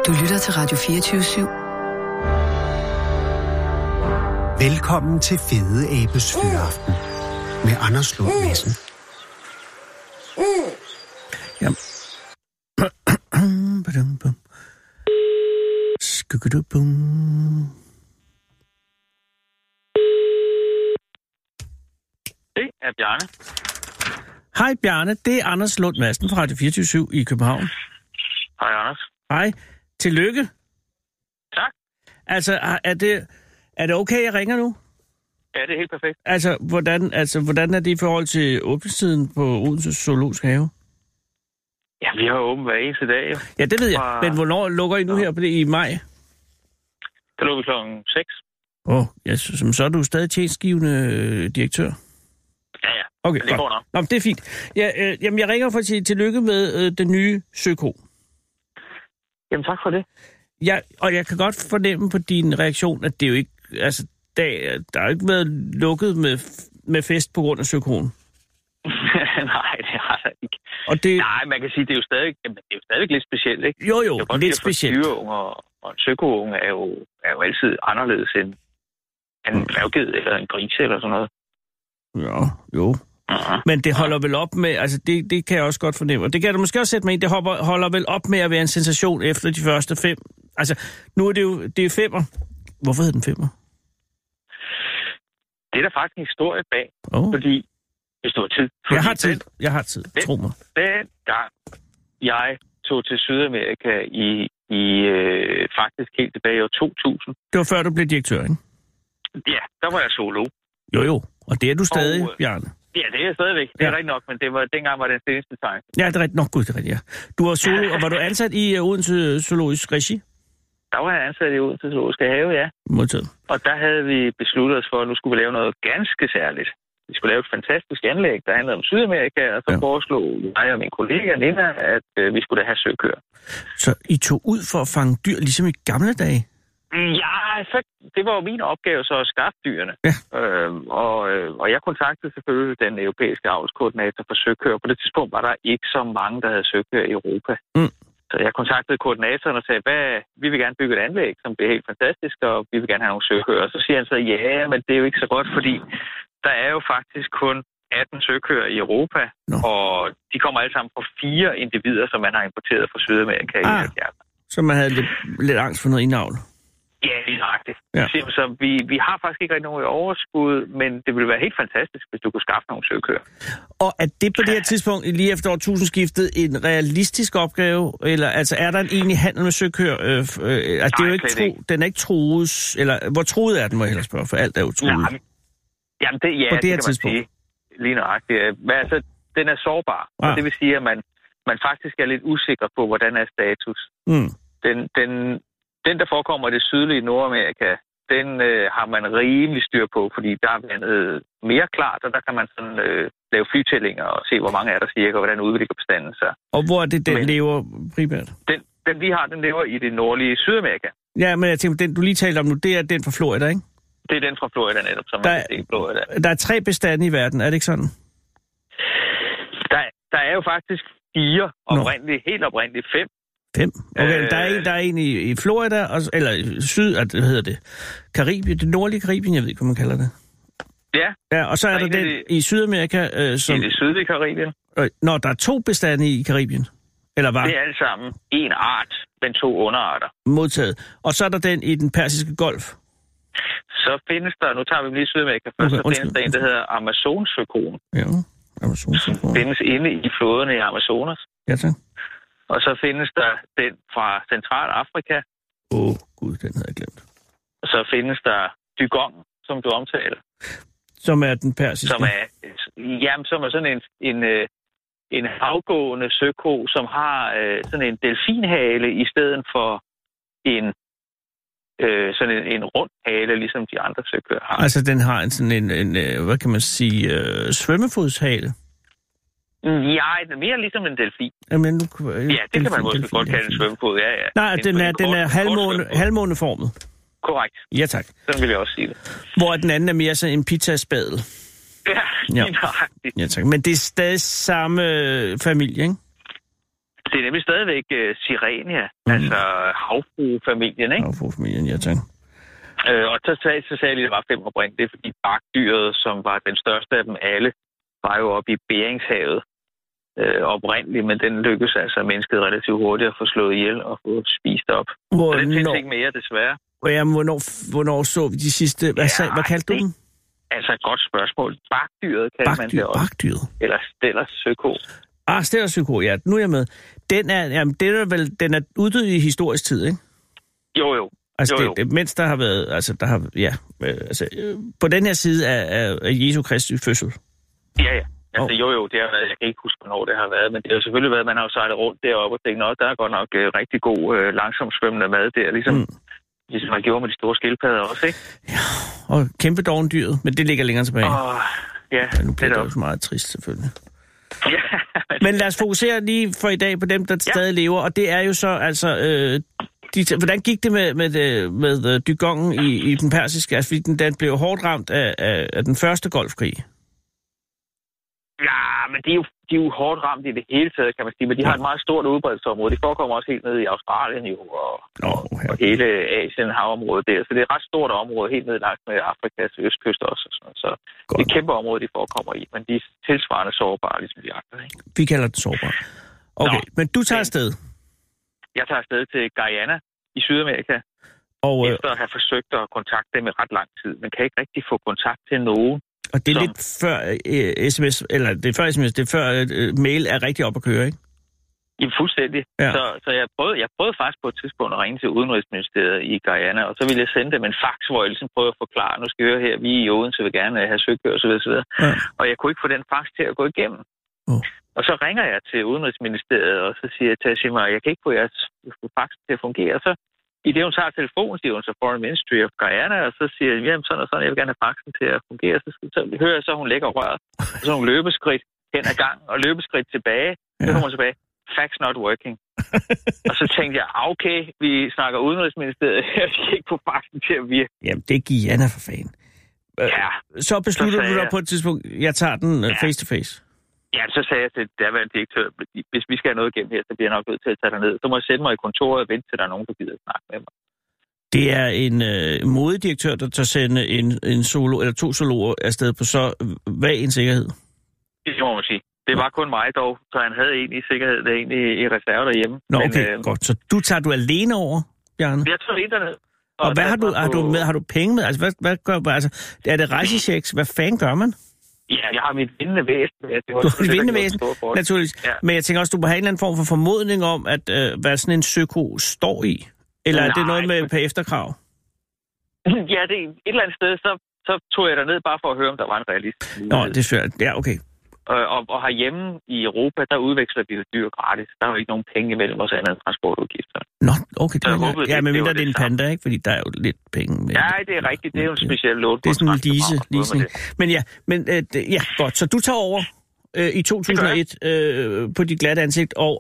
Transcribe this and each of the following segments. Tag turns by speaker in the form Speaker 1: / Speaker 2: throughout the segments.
Speaker 1: Du lytter til Radio 24/7.
Speaker 2: Velkommen til Fede Abes Fyraften med Anders Lund Madsen.
Speaker 3: Ja.
Speaker 4: Det er Bjarne.
Speaker 3: Hej Bjarne, det er Anders Lund Madsen fra Radio 24/7 i København.
Speaker 4: Hej Anders.
Speaker 3: Hej, tillykke.
Speaker 4: Tak.
Speaker 3: Altså, er det okay, jeg ringer nu?
Speaker 4: Ja, det er helt perfekt.
Speaker 3: Hvordan er det i forhold til åbningstiden på Odense Zoologisk Have?
Speaker 4: Ja, vi har åbent hver eneste dag.
Speaker 3: Ja, det ved jeg. Men hvornår lukker I nu her på det i maj?
Speaker 4: Der lukker vi klokken 6.
Speaker 3: Så er du stadig tjenestgivende direktør?
Speaker 4: Ja.
Speaker 3: Okay,
Speaker 4: det går nok.
Speaker 3: Nå, det er fint. Jamen, jeg ringer for at sige tillykke med den nye søko.
Speaker 4: Jamen, tak for det.
Speaker 3: Og jeg kan godt fornemme på din reaktion, at det jo ikke... Altså, der har ikke været lukket med fest på grund af søkoen.
Speaker 4: Nej, det har der ikke. Nej, man kan sige, det er jo stadig lidt specielt, ikke?
Speaker 3: Jo, lidt specielt.
Speaker 4: En dyreunger og en søkounge er jo altid anderledes end en dværgged eller en gris eller sådan noget.
Speaker 3: Ja, jo. Men det holder vel op med, altså det kan jeg også godt fornemme, og det kan du måske også sætte mig i, det holder vel op med at være en sensation efter de første 5. Altså, nu er det er 5'er. Hvorfor hedder den 5'er?
Speaker 4: Det er der faktisk en historie bag, fordi hvis du har tid.
Speaker 3: Jeg har tid, tro mig.
Speaker 4: Den gang jeg tog til Sydamerika i faktisk helt tilbage i år 2000.
Speaker 3: Det var før du blev direktør, ikke?
Speaker 4: Ja, der var jeg zoolog.
Speaker 3: Jo, og det er du stadig, Bjarne.
Speaker 4: Ja, det er jeg stadigvæk. Det er rigtigt nok, men dengang var det en stillingsbetegnelse. Ja,
Speaker 3: det er rigtigt nok. Gud, det er rigtigt, ja. Du var zoolog, og var du ansat i Odense Zoologisk Regi?
Speaker 4: Der var jeg ansat i Odense Zoologisk Have, ja.
Speaker 3: Modtaget.
Speaker 4: Og der havde vi besluttet os for, at nu skulle vi lave noget ganske særligt. Vi skulle lave et fantastisk anlæg, der handlede om Sydamerika, og så foreslog jeg og min kollega Nina, at vi skulle da have søkøer.
Speaker 3: Så I tog ud for at fange dyr, ligesom i gamle dage?
Speaker 4: Ja, det var jo min opgave så at skaffe dyrene. Ja. Og jeg kontaktede selvfølgelig den europæiske avlskoordinator for søkøer. På det tidspunkt var der ikke så mange, der havde søkøer i Europa. Så jeg kontaktede koordinatoren og sagde, vi vil gerne bygge et anlæg, som bliver helt fantastisk, og vi vil gerne have nogle søkøer. Og så siger han så, ja, men det er jo ikke så godt, fordi der er jo faktisk kun 18 søkøer i Europa, og de kommer alle sammen fra 4 individer, som man har importeret fra Sydamerika i 70'erne.
Speaker 3: Så man havde lidt angst for noget indavl?
Speaker 4: Ja, det er rigtigt. Ja. Så vi har faktisk ikke rigtig nogen overskud, men det ville være helt fantastisk, hvis du kunne skaffe nogle søkøer.
Speaker 3: Og er det på det her tidspunkt, lige efter årtusindskiftet, en realistisk opgave? Eller altså, er der en egentlig handel med søkøer? Det er jo ikke den er ikke truet, eller hvor truet er den, må jeg hellere spørge, for alt er jo truet.
Speaker 4: Jamen det kan man sige. Lige nøjagtigt. Men altså, den er sårbar. Og det vil sige, at man faktisk er lidt usikker på, hvordan er status. Den, der forekommer i det sydlige Nordamerika, den har man rimelig styr på, fordi der er vandet mere klart, og der kan man sådan lave flytællinger og se, hvor mange er der cirka, og hvordan udvikler bestanden sig.
Speaker 3: Og hvor er det, den lever primært?
Speaker 4: Den vi har, den lever i det nordlige Sydamerika.
Speaker 3: Ja, men jeg tænker, den du lige talte om nu, det er den fra Florida, ikke?
Speaker 4: Det er den fra Florida netop, som man kan se i Florida.
Speaker 3: Der er 3 bestande i verden, er det ikke sådan?
Speaker 4: Der er jo faktisk 4 oprindeligt, helt oprindeligt 5.
Speaker 3: 5? Okay, der er en i Florida, eller i syd, hvad hedder det? Karibien, det nordlige Karibien, jeg ved ikke, hvad man kalder det. Ja, og så er der den i Sydamerika, som...
Speaker 4: I det sydlige Karibien.
Speaker 3: Der er 2 bestande i Karibien, eller hvad?
Speaker 4: Det er alle sammen en art, men 2 underarter.
Speaker 3: Modtaget. Og så er der den i den persiske golf.
Speaker 4: Så findes der, nu tager vi lige Sydamerika først, så findes der en, der hedder Amazonsøkoen.
Speaker 3: Ja, Amazonsøkoen.
Speaker 4: Findes inde i floderne i Amazonas.
Speaker 3: Ja, tak.
Speaker 4: Og så findes der den fra Centralafrika.
Speaker 3: Gud, den havde jeg glemt.
Speaker 4: Og så findes der dugong, som du omtaler.
Speaker 3: Som er den persiske?
Speaker 4: Som er sådan en havgående søko, som har sådan en delfinhale i stedet for sådan en rund hale, ligesom de andre søkøer har.
Speaker 3: Altså, den har en hvad kan man sige, svømmefodshale?
Speaker 4: Ja, den er mere ligesom en delfin.
Speaker 3: Jamen,
Speaker 4: det kan man måske godt kalde en svømmefod, ja.
Speaker 3: Nej, den er halvmåneformet.
Speaker 4: Korrekt.
Speaker 3: Ja, tak.
Speaker 4: Sådan vil jeg også sige det.
Speaker 3: Hvor den anden er mere sådan en pizzaspadel.
Speaker 4: Ja,
Speaker 3: ja, tak. Men det er stadig samme familie, ikke?
Speaker 4: Det er nemlig stadigvæk Sirenia, altså havfruefamilien, ikke?
Speaker 3: Havfruefamilien, ja tak.
Speaker 4: Og så sagde jeg lige, at det var 5 oprindeligt. Det er fordi bakdyret, som var den største af dem alle, var jo oppe i Beringshavet oprindeligt, men den lykkedes altså mennesket relativt hurtigt at få slået ihjel og få spist op. Så det findes ikke mere, desværre.
Speaker 3: Ja, hvornår så vi de sidste... Hvad kaldte du den?
Speaker 4: Altså et godt spørgsmål. Bakdyret kalder man det også.
Speaker 3: Bakdyret?
Speaker 4: Eller Stellers psyko.
Speaker 3: Stellers psyko, ja. Nu er jeg med. Den er uddød i historisk tid, ikke?
Speaker 4: Jo.
Speaker 3: Altså, mens der har været... på den her side af Jesu Kristi fødsel.
Speaker 4: Ja. Altså, det har været, jeg kan ikke huske, hvornår det har været, men det har jo selvfølgelig været, man har jo sejlet rundt deroppe og tænkt, der er godt nok rigtig god, langsomt svømmende mad der, ligesom man gjorde med de store skildpadder også, ikke?
Speaker 3: Ja, og kæmpe dovendyret, men det ligger længere tilbage.
Speaker 4: Ja,
Speaker 3: nu bliver det også meget trist, selvfølgelig. Ja. Men lad os fokusere lige for i dag på dem, der stadig lever, og det er jo så, altså... hvordan gik det med dygongen i den persiske? Altså, den blev hårdt ramt af den første golfkrig.
Speaker 4: Ja, men de er jo hårdt ramt i det hele taget, kan man sige. Men de har et meget stort udbredelsesområde. De forekommer også helt ned i Australien jo, og hele Asien havområdet der. Så det er et ret stort område, helt ned langs med Afrikas østkyst også. Og sådan. Så det er et kæmpe område, de forekommer i. Men de er tilsvarende sårbare, ligesom de andre. Ikke?
Speaker 3: Vi kalder det sårbare. Okay, men du tager afsted.
Speaker 4: Jeg tager afsted til Guyana i Sydamerika. Efter at have forsøgt at kontakte dem i ret lang tid. Man kan ikke rigtig få kontakt til nogen.
Speaker 3: Og det er lidt før sms, eller det er før sms, det er før mail er rigtig op at køre, ikke?
Speaker 4: Jamen fuldstændig. Ja. Så jeg prøvede faktisk på et tidspunkt at ringe til Udenrigsministeriet i Guyana, og så ville jeg sende dem en fax, hvor jeg ligesom prøvede at forklare, nu skal vi høre her, vi i Odense vil gerne have søgkører osv. Ja. Og jeg kunne ikke få den fax til at gå igennem. Og så ringer jeg til Udenrigsministeriet, og så siger jeg til Ashima, jeg kan ikke få jeres fax til at fungere. Så i det, hun tager telefonen, siger hun så Foreign Ministry of Guyana, og så siger jeg, jamen sådan og sådan, jeg vil gerne have faxen til at fungere. Så hører jeg så, hun lægger røret, og så nogle løbeskridt hen ad gang, og løbeskridt tilbage. Så kommer hun tilbage, fax not working. Og så tænkte jeg, okay, vi snakker Udenrigsministeriet, jeg skal ikke få faxen til at virke.
Speaker 3: Jamen, det er Guyana for fanden.
Speaker 4: Ja.
Speaker 3: Så beslutter du dig på et tidspunkt, jeg tager den face to face.
Speaker 4: Ja, så sagde jeg til derværende direktør, hvis vi skal have noget igennem her, så bliver jeg nok nødt til at tage derned. Så må jeg sætte mig i kontoret og vente til, der er nogen, der gider at snakke med mig.
Speaker 3: Det er en modedirektør, der tør sende en solo eller 2 soloer afsted på så vag en sikkerhed.
Speaker 4: Det må man sige. Det var kun mig dog, så han havde egentlig i sikkerhed, det er egentlig i reserve derhjemme.
Speaker 3: Nå, okay, godt. Så tager du alene over, Bjarne?
Speaker 4: Jeg tager alene derned.
Speaker 3: Og hvad har du penge med? Altså, hvad gør man? Altså, er det rejsechecks? Hvad fanden gør man?
Speaker 4: Ja, jeg har mit vindende væsen.
Speaker 3: Du har mit vindende væsen, naturligvis. Ja. Men jeg tænker også, du må have en eller anden form for formodning om, at hvad sådan en psyko står i. Eller er det noget med på efterkrav?
Speaker 4: Ja, det er et eller andet sted, så tog jeg derned bare for at høre, om der var en realist.
Speaker 3: Nå, det er svært. Ja, okay.
Speaker 4: Og herhjemme i Europa, der udveksler de dyr gratis. Der er jo ikke nogen penge imellem os andet end transportudgifter.
Speaker 3: Nå, okay. Men mindre det er en panda, ikke? Fordi der er jo lidt penge med.
Speaker 4: Ja, det er rigtigt. Det er jo en speciel lån.
Speaker 3: Det er sådan en leasing. Men godt. Så du tager over i 2001 på dit glatte ansigt, og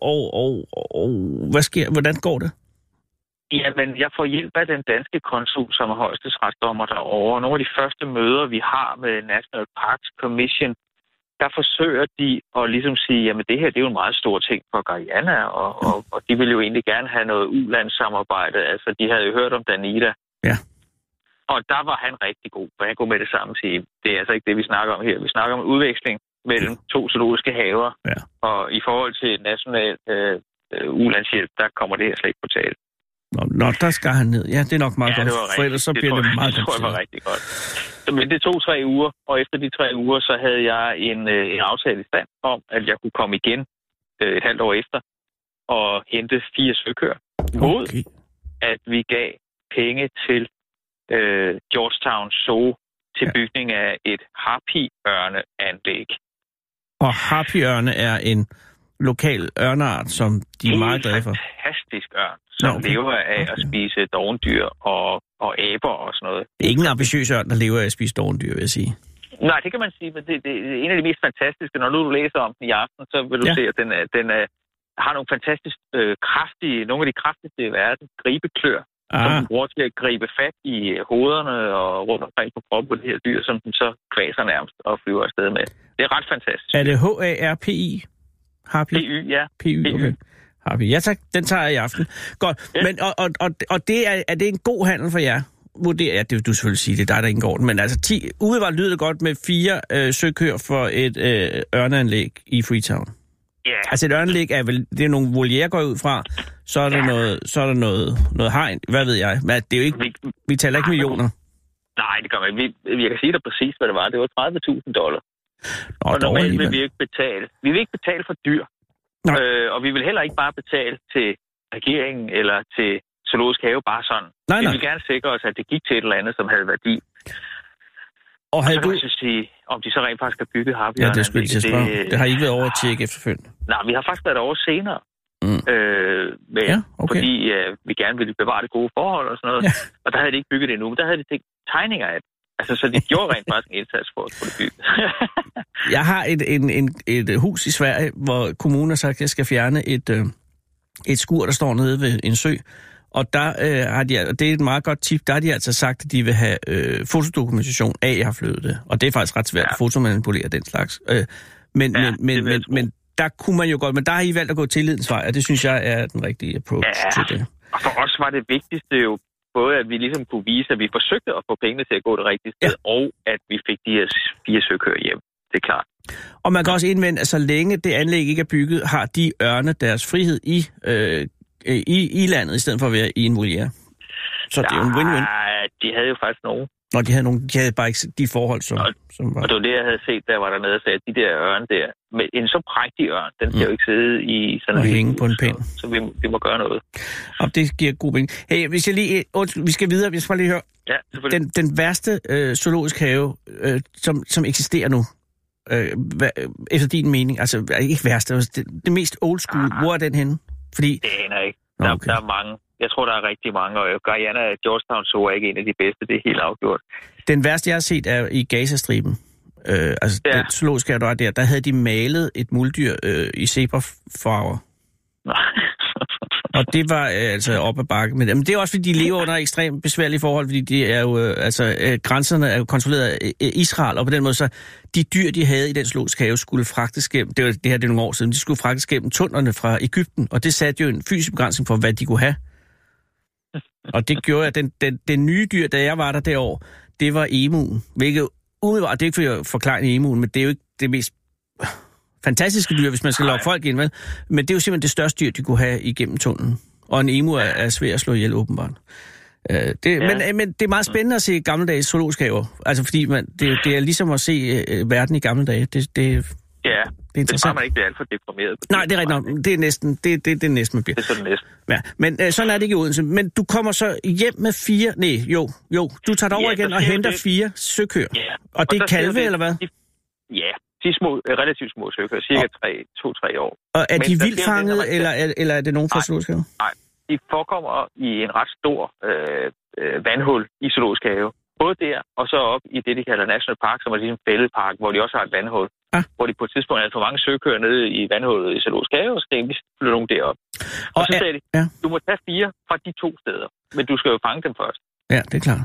Speaker 3: hvad sker? Hvordan går det?
Speaker 4: Jamen, jeg får hjælp af den danske konsul, som er højesteret derovre. Nogle af de første møder, vi har med National Parks Commission, der forsøger de at ligesom sige, jamen det her, det er jo en meget stor ting for Guyana, og de ville jo egentlig gerne have noget ulandssamarbejde. Altså, de havde jo hørt om Danida.
Speaker 3: Ja.
Speaker 4: Og der var han rigtig god, for han kunne med det samme sige, det er altså ikke det, vi snakker om her. Vi snakker om udveksling mellem 2 zoologiske haver, og i forhold til national ulandshjælp, der kommer det her slet ikke på tale.
Speaker 3: Nå, der skal han ned. Ja, det er nok meget godt, for ellers så bliver det meget
Speaker 4: godt. Det tror jeg var rigtig godt. Men det tog 3 uger, og efter de 3 uger, så havde jeg en aftale i stand om, at jeg kunne komme igen et halvt år efter og hente 4 søkøer. Mod at vi gav penge til Georgetown Zoo til bygning af et harpiørneanlæg.
Speaker 3: Og harpiørne er en lokal ørneart, som de er meget glade for.
Speaker 4: En fantastisk ørn, som lever af at spise dovendyr og aber og sådan noget.
Speaker 3: Det er ikke en ambitiøs ørn, der lever af at spise dovendyr, vil jeg sige.
Speaker 4: Nej, det kan man sige, men det er en af de mest fantastiske. Når du læser om den i aften, så vil du se, at den har nogle fantastisk nogle af de kraftigste i verden, gribeklør, som den bruger til at gribe fat i hovederne og rundt omkring på kroppen på de her dyr, som den så kvaser nærmest og flyver afsted med. Det er ret fantastisk.
Speaker 3: Er det HARPI?
Speaker 4: PY, ja.
Speaker 3: PY, okay. Harvey. Ja tak, den tager jeg i aften. Godt, ja. Men og det er det en god handel for jer? Ja, det vil du selvfølgelig sige, det er dig, der indgår den, men altså udvalgt lyder det godt med 4 søkøer for et ørneanlæg i Freetown.
Speaker 4: Ja.
Speaker 3: Altså et ørneanlæg er vel, det er nogle voliere går ud fra, så er der noget hegn, hvad ved jeg, men det er jo ikke, vi taler ikke millioner.
Speaker 4: Nej, det gør man ikke. Jeg kan sige dig præcis, hvad det var. Det var $30,000. Og normalt vil vi ikke betale. Vi vil ikke betale for dyr. Og vi vil heller ikke bare betale til regeringen eller til Zoologisk Have bare sådan. Vi vil gerne sikre os, at det gik til et eller andet, som havde værdi. Og så kan man så sige, om de så rent faktisk har bygget harpierne.
Speaker 3: Ja, det skulle jeg spørge. Det har I ikke været over at tjekke efterfølgende?
Speaker 4: Nej, vi har faktisk været over senere. Fordi vi gerne ville bevare det gode forhold og sådan noget. Ja. Og der havde de ikke bygget det endnu, men der havde de tænkt tegninger af det. Altså, så de gjorde rent faktisk en indsats for at få det bygget.
Speaker 3: Jeg har et hus i Sverige, hvor kommunen har sagt, at jeg skal fjerne et skur, der står nede ved en sø. Og der har de, og det er et meget godt tip, der har de altså sagt, at de vil have fotodokumentation af, at jeg har flyttet det. Og det er faktisk ret svært at fotomanipulere den slags. Men der kunne man jo godt, men der har I valgt at gå tillidens vej, og det synes jeg er den rigtige approach til det. Og
Speaker 4: for os var det vigtigste jo både, at vi ligesom kunne vise, at vi forsøgte at få pengene til at gå det rigtige sted, og at vi fik de her 4 søkøer hjem. Det er klart.
Speaker 3: Og man kan også indvende, at så længe det anlæg ikke er bygget, har de ørne deres frihed i landet, i stedet for at være i en voliere. Så det er jo en win-win.
Speaker 4: De havde jo faktisk nogen.
Speaker 3: Nå, de havde bare ikke de forhold, som var.
Speaker 4: Og det var det, jeg havde set, der var dernede og sagde, at de der ørne der, med en så prægtig ørn, den skal jo ikke sidde i sådan en
Speaker 3: hænge på en pind.
Speaker 4: Så vi må gøre noget.
Speaker 3: Og det giver god mening. Hey, hvis jeg lige, vi skal videre, hvis jeg bare lige hører.
Speaker 4: Ja,
Speaker 3: den værste zoologisk have, som eksisterer nu, efter din mening, altså ikke værste, det mest old school, hvor er den henne? Fordi
Speaker 4: det aner jeg ikke. Der er mange. Jeg tror, der er rigtig mange, og Guyana Georgetown Zoo er ikke en af de bedste, det er helt afgjort.
Speaker 3: Den værste, jeg har set, er i Gazastriben. Den zoologiske have, der havde de malet et muldyr i zebrafarver. Og det var altså op ad bakke med dem. Men det er også, fordi de lever under ekstremt besværlige forhold, fordi de er jo, grænserne er jo kontrolleret af Israel, og på den måde så, de dyr, de havde i den zoologiske have, skulle fragtes gennem, det er nogle år siden, de skulle fragtes gennem tunnelerne fra Egypten, og det satte jo en fysisk begrænsning for, hvad de kunne have. Og det gjorde, at den nye dyr, da jeg var der derovre, det var emuen. Hvilket umiddelbart, det er ikke for at forklare emuen, men det er jo ikke det mest fantastiske dyr, hvis man skal lokke folk ind, vel? Men det er jo simpelthen det største dyr, de kunne have igennem tunnelen. Og en emu er svær at slå ihjel, åbenbart. Men det er meget spændende at se gammeldags zoologiske haver. Altså, fordi det er ligesom at se verden i gamle dage. Det er interessant.
Speaker 4: Det er man ikke alt for deprimeret.
Speaker 3: Nej, det er rigtigt nok. Det er næsten, det er næsten, man bliver.
Speaker 4: Det er sådan næsten.
Speaker 3: Ja, men sådan er det ikke i Odense. Men du kommer så hjem med 4... Nej, jo. Du tager over igen og henter 4 søkøer. Ja. Og det er kalve, eller hvad?
Speaker 4: Ja, de er relativt små søkøer. Cirka 2-3 år.
Speaker 3: Og er de vildfanget, eller er det nogen fra zoologisk have?
Speaker 4: Nej, de forekommer i en ret stor vandhul i zoologisk have. Både der, og så op i det, de kalder National Park, som er ligesom fældepark, hvor de også har et vandhul. Hvor de på et tidspunkt er for mange søkøer nede i vandhullet i zoologisk have, og så tænkte vi, flytter nogen derop. Og så sagde de, du må tage 4 fra de 2 steder, men du skal jo fange dem først.
Speaker 3: Ja, det er klart.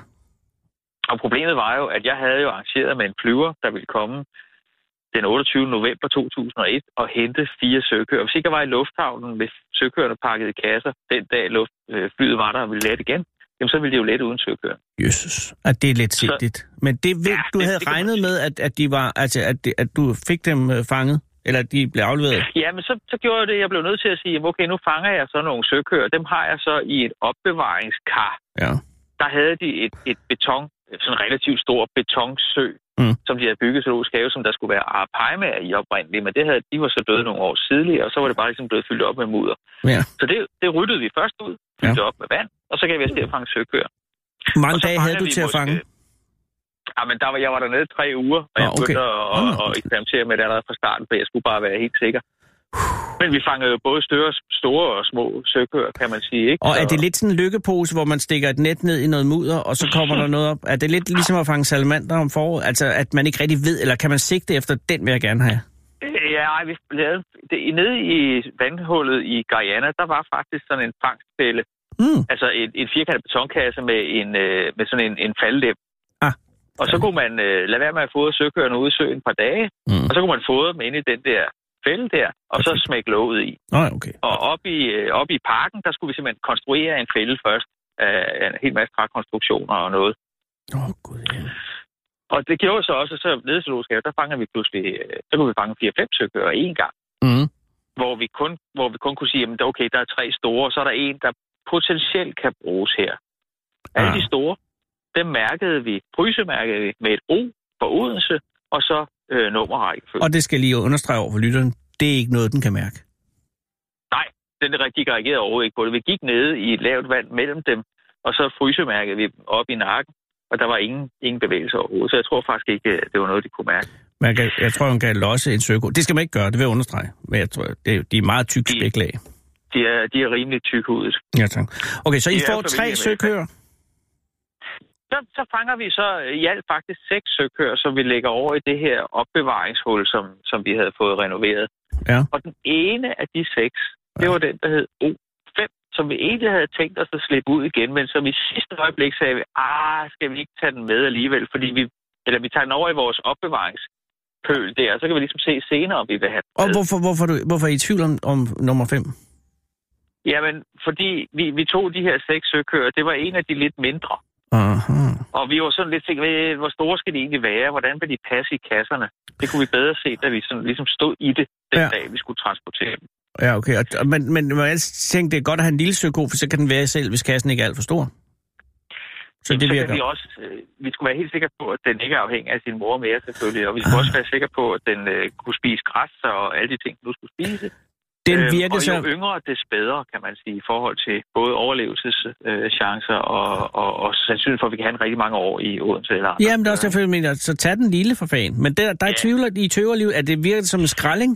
Speaker 4: Og problemet var jo, at jeg havde jo arrangeret med en flyver, der ville komme den 28. november 2001 og hente 4 søkøer. Hvis ikke jeg var i lufthavnen med søkøerne pakket i kasser, den dag flyet var der og ville lette igen, jamen så ville de jo lette uden søkøer.
Speaker 3: Jesus, at det er lidt sigtigt. Men du havde regnet med, at de var, altså at du fik dem fanget, eller at de blev afleveret?
Speaker 4: Ja, men så gjorde jeg det. Jeg blev nødt til at sige, okay, nu fanger jeg så nogle søkøer. Dem har jeg så i et opbevaringskar. Ja. Der havde de et beton, sådan en relativt stor betonsø, som de havde bygget zoologisk have, som der skulle være arapaima i oprindeligt, men de var så døde nogle år tidligere, og så var det bare ligesom blevet fyldt op med mudder. Ja. Så det ryddede vi først ud, fyldte op med vand, og så gav vi os til at fange søkøer.
Speaker 3: Hvor mange dage havde du til at fange?
Speaker 4: Ja, men jeg var dernede 3 uger, og jeg begyndte at eksperimentere med det allerede fra starten, for jeg skulle bare være helt sikker. Men vi fangede jo både store og små søkøer, kan man sige, ikke?
Speaker 3: Og er det lidt sådan en lykkepose, hvor man stikker et net ned i noget mudder, og så kommer der noget op? Er det lidt ligesom at fange salamander om foråret? Altså, at man ikke rigtig ved, eller kan man sigte efter, den vil jeg gerne have?
Speaker 4: Ja, vi lavede det. Nede i vandhullet i Guyana, der var faktisk sådan en fangstfælde. Altså en firkantet betonkasse med sådan en faldlem. Og så kunne man lade være med at fodre søkøerne ude i søen et par dage, og så kunne man fodre dem ind i den der fælde der, og så smække låget i.
Speaker 3: Okay.
Speaker 4: Og oppe i parken, der skulle vi simpelthen konstruere en fælde først, af en hel masse trækonstruktioner og noget.
Speaker 3: Gud, ja.
Speaker 4: Og det gjorde så også, så nede i Zoologisk Have, der fanger vi pludselig, så kunne vi fange 4-5 søkøer én gang.
Speaker 3: Mm.
Speaker 4: Hvor vi kun kunne sige, at okay, der er 3 store, og så er der en, der potentielt kan bruges her. Alle de store, dem frysemærkede vi med et O for Odense, og så nummerrækkefølge.
Speaker 3: Og det skal lige understrege over for lytteren, det er ikke noget, den kan mærke.
Speaker 4: Nej, de reagerede overhovedet ikke på det. Vi gik nede i et lavt vand mellem dem, og så frysemærkede vi dem op i nakken, og der var ingen bevægelse overhovedet. Så jeg tror faktisk ikke, det var noget, de kunne mærke.
Speaker 3: Jeg tror, hun kan losse en søko. Det skal man ikke gøre, det vil jeg understrege. Men jeg tror, de er meget tykt spæklag.
Speaker 4: De er rimelig tykhudet.
Speaker 3: Ja, tak. Okay, så I får 3 søkøer?
Speaker 4: Så fanger vi så i alt faktisk 6 søkøer, som vi lægger over i det her opbevaringshul, som vi havde fået renoveret.
Speaker 3: Ja.
Speaker 4: Og den ene af de 6, det var den, der hed O5, som vi egentlig havde tænkt os at slippe ud igen, men som i sidste øjeblik sagde vi, skal vi ikke tage den med alligevel, fordi vi tager den over i vores opbevaringspøl der, og så kan vi ligesom se senere, om vi vil have den med.
Speaker 3: Og hvorfor er I i tvivl om nummer 5?
Speaker 4: Jamen, fordi vi tog de her 6 søkøer, det var en af de lidt mindre.
Speaker 3: Aha.
Speaker 4: Og vi var sådan lidt tænkt, hvor store skal de egentlig være? Hvordan vil de passe i kasserne? Det kunne vi bedre se, da vi sådan ligesom stod i det den dag, vi skulle transportere dem.
Speaker 3: Ja, okay. Men man altid tænkte, det er godt at have en lille søko, for så kan den være selv, hvis kassen ikke er alt for stor. Så det virker.
Speaker 4: Vi skulle være helt sikre på, at den ikke er afhængig af sin mor mere, selvfølgelig. Og vi skulle også være sikre på, at den kunne spise græs og alle de ting, du skulle spise.
Speaker 3: Den virker
Speaker 4: og jo yngre, des bedre, kan man sige, i forhold til både overlevelseschancer og sandsynlighed for, at vi kan have en rigtig mange år i Odense eller andre.
Speaker 3: Jamen, det er også derfor, jeg mener, så tag den lille for fanden. Men der tvivler i tøverlivet, at det virker som en skralding?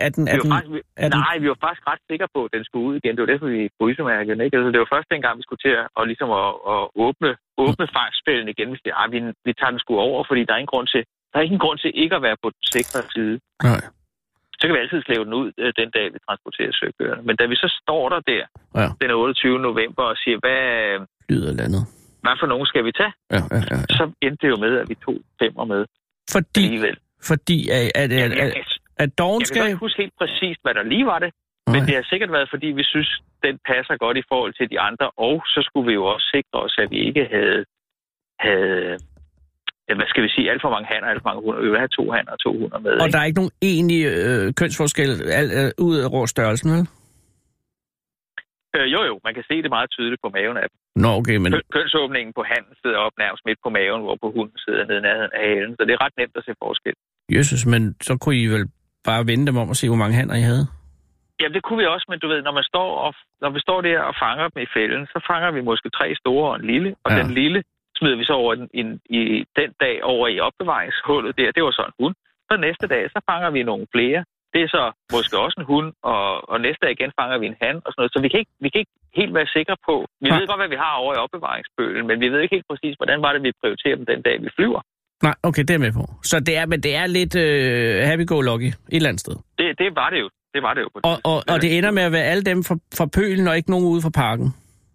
Speaker 4: Nej, vi var faktisk ret sikre på, at den skulle ud igen. Det var derfor, vi frysemærkede, ikke? Altså, det var først dengang, vi skulle til at ligesom at åbne fangstspillen igen. Vi tager den sgu over, fordi der er ingen grund til ikke at være på den sikre side.
Speaker 3: Nej.
Speaker 4: Så kan vi altid slæve den ud den dag, vi transporterer søkøerne. Men da vi så står der den 28. november og siger, hvad for nogen skal vi tage? Ja. Så endte det jo med, at vi tog 5 med.
Speaker 3: Fordi at Dawn skal...
Speaker 4: Jeg kan ikke huske helt præcist, hvad der lige var det. Men det har sikkert været, fordi vi synes, den passer godt i forhold til de andre. Og så skulle vi jo også sikre os, at vi ikke havde hvad skal vi sige, alt for mange hanner, alt for mange hunder. Vi vil have 2 hanner og 2 hunder med. Og
Speaker 3: der er ikke nogen egentlig kønsforskel ud over størrelsen, vel?
Speaker 4: Jo, man kan se det meget tydeligt på maven af dem.
Speaker 3: Nå, okay, men...
Speaker 4: Kønsåbningen på hannen sidder op nærmest midt på maven, hvor på hunden sidder nede nærheden af halen. Så det er ret nemt at se forskel.
Speaker 3: Jesus, men så kunne I vel bare vende dem om og se, hvor mange hanner I havde?
Speaker 4: Jamen, det kunne vi også, men du ved, når vi står der og fanger dem i fælden, så fanger vi måske 3 store og en lille, og den lille smider vi så over i den dag over i opbevaringshullet der. Det var så en hund. Så næste dag, så fanger vi nogle flere. Det er så måske også en hund, og næste dag igen fanger vi en han og sådan noget. Så vi kan ikke helt være sikre på. Vi ved godt, hvad vi har over i opbevaringsbølen, men vi ved ikke helt præcis, hvordan var det, vi prioriterer dem den dag, vi flyver.
Speaker 3: Nej, okay, det er med på. Så det er lidt happy-go-lucky et eller andet sted.
Speaker 4: Det var det jo. Det var det jo.
Speaker 3: Og det ender med at være alle dem fra pølen, og ikke nogen ude fra parken?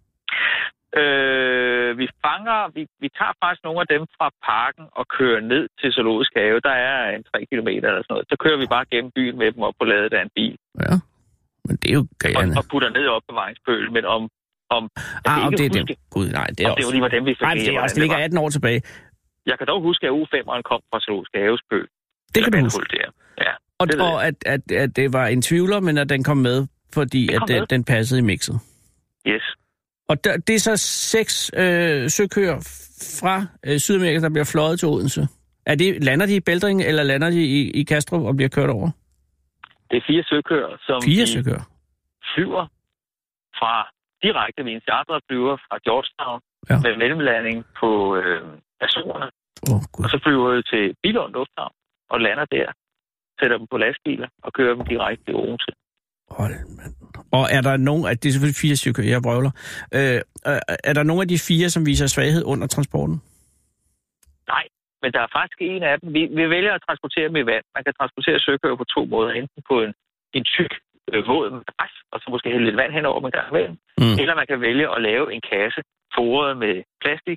Speaker 4: Vi tager faktisk nogle af dem fra parken og kører ned til Zoologisk Have. Der er 3 kilometer eller sådan noget. Så kører vi bare gennem byen med dem op på ladet af en bil.
Speaker 3: Ja, men det er jo gærende.
Speaker 4: Og putter ned i opbevaringspølen, men om
Speaker 3: det er dem. Gud, nej, det er også...
Speaker 4: Det var lige, hvordan vi fik.
Speaker 3: Nej, det er også, det ligger 18 år tilbage.
Speaker 4: Jeg kan dog huske, at U5'eren kom fra Zoologisk Haves pøl.
Speaker 3: Det kan du huske.
Speaker 4: Ja,
Speaker 3: og at det var en tvivler, men at den kom med, fordi den passede i mixet.
Speaker 4: Yes.
Speaker 3: Og det er så 6 søkøer fra Sydamerika, der bliver fløjet til Odense. Lander de i Bældring, eller lander de i Kastrup og bliver kørt over?
Speaker 4: Det er 4 søkøer, som
Speaker 3: 4 søkøer
Speaker 4: flyver fra direkte ved en charterflyver fra Georgetown med mellemlanding på Azorerne. Og så flyver vi til Billund Lufthavn og lander der, sætter dem på lastbiler og kører dem direkte til Odense.
Speaker 3: Hold mand. Og er der nogen, det er selvfølgelig 4 stykker, jeg brøvler. Er der nogen af de 4, som viser svaghed under transporten?
Speaker 4: Nej, men der er faktisk en af dem. Vi vælger at transportere dem i vand. Man kan transportere søkøer på 2 måder. Enten på en tyk våd madras, og så måske hælde lidt vand henover med gang imellem. Eller man kan vælge at lave en kasse foret med plastik,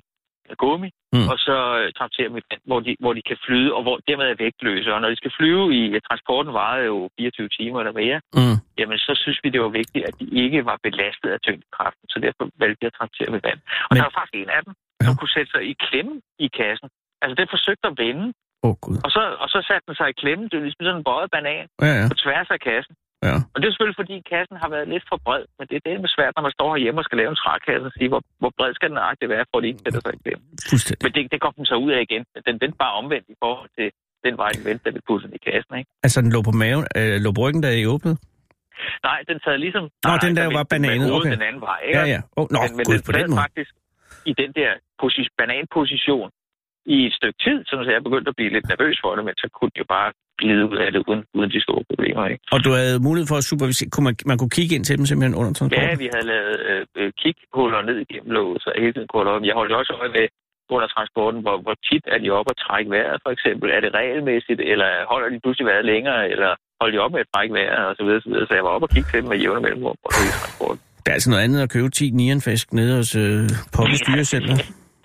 Speaker 4: gummi, og så transporterer dem i vand, hvor de kan flyde, og hvor dermed er vægtløse. Og når de skal flyve transporten varede jo 24 timer eller mere, jamen så synes vi, det var vigtigt, at de ikke var belastet af tyngdekraften, så derfor valgte de at transportere med vand. Og der var faktisk en af dem, som kunne sætte sig i klemme i kassen. Altså, den forsøgte at vende, og så satte den sig i klemme. Det er ligesom sådan en bøjet banan på tværs af kassen.
Speaker 3: Ja. Og
Speaker 4: det er selvfølgelig, fordi kassen har været lidt for bred, men det er svært, når man står herhjemme og skal lave en trækasse og sige, hvor bred skal den nøjagtigt være, for at de ikke sætter sig i klemme. Men det kom den så ud af igen. Den vendte bare omvendt i forhold til den vej, den vendte, da vi puttede den i kassen, ikke? Altså,
Speaker 3: den lå på maven, lå på ryggen, da I åbnede?
Speaker 4: Nej, den sad ligesom...
Speaker 3: den der var bananet, okay.
Speaker 4: Den anden vej, ikke?
Speaker 3: Ja.
Speaker 4: Men den sad faktisk i den der bananposition i et stykke tid, så jeg begyndte at blive lidt nervøs for det, men så kunne jeg bare glide ud af det uden de store problemer, ikke?
Speaker 3: Og du havde mulighed for at supervisere, man kunne kigge ind til dem simpelthen under transporten?
Speaker 4: Ja, vi havde lavet kighuller ned igennem låget, så hele tiden kunne jeg holdt også øje med under transporten, hvor tit er de oppe og trække vejret, for eksempel. Er det regelmæssigt, eller holder de pludselig vejret længere, eller holder de op med at trække vejret, og så videre, så videre. Så jeg var oppe og kigge til dem med jævne mellemrum på transporten.
Speaker 3: Det er altså noget andet at købe 10 nianfisk nede hos Poppe Styrecenter.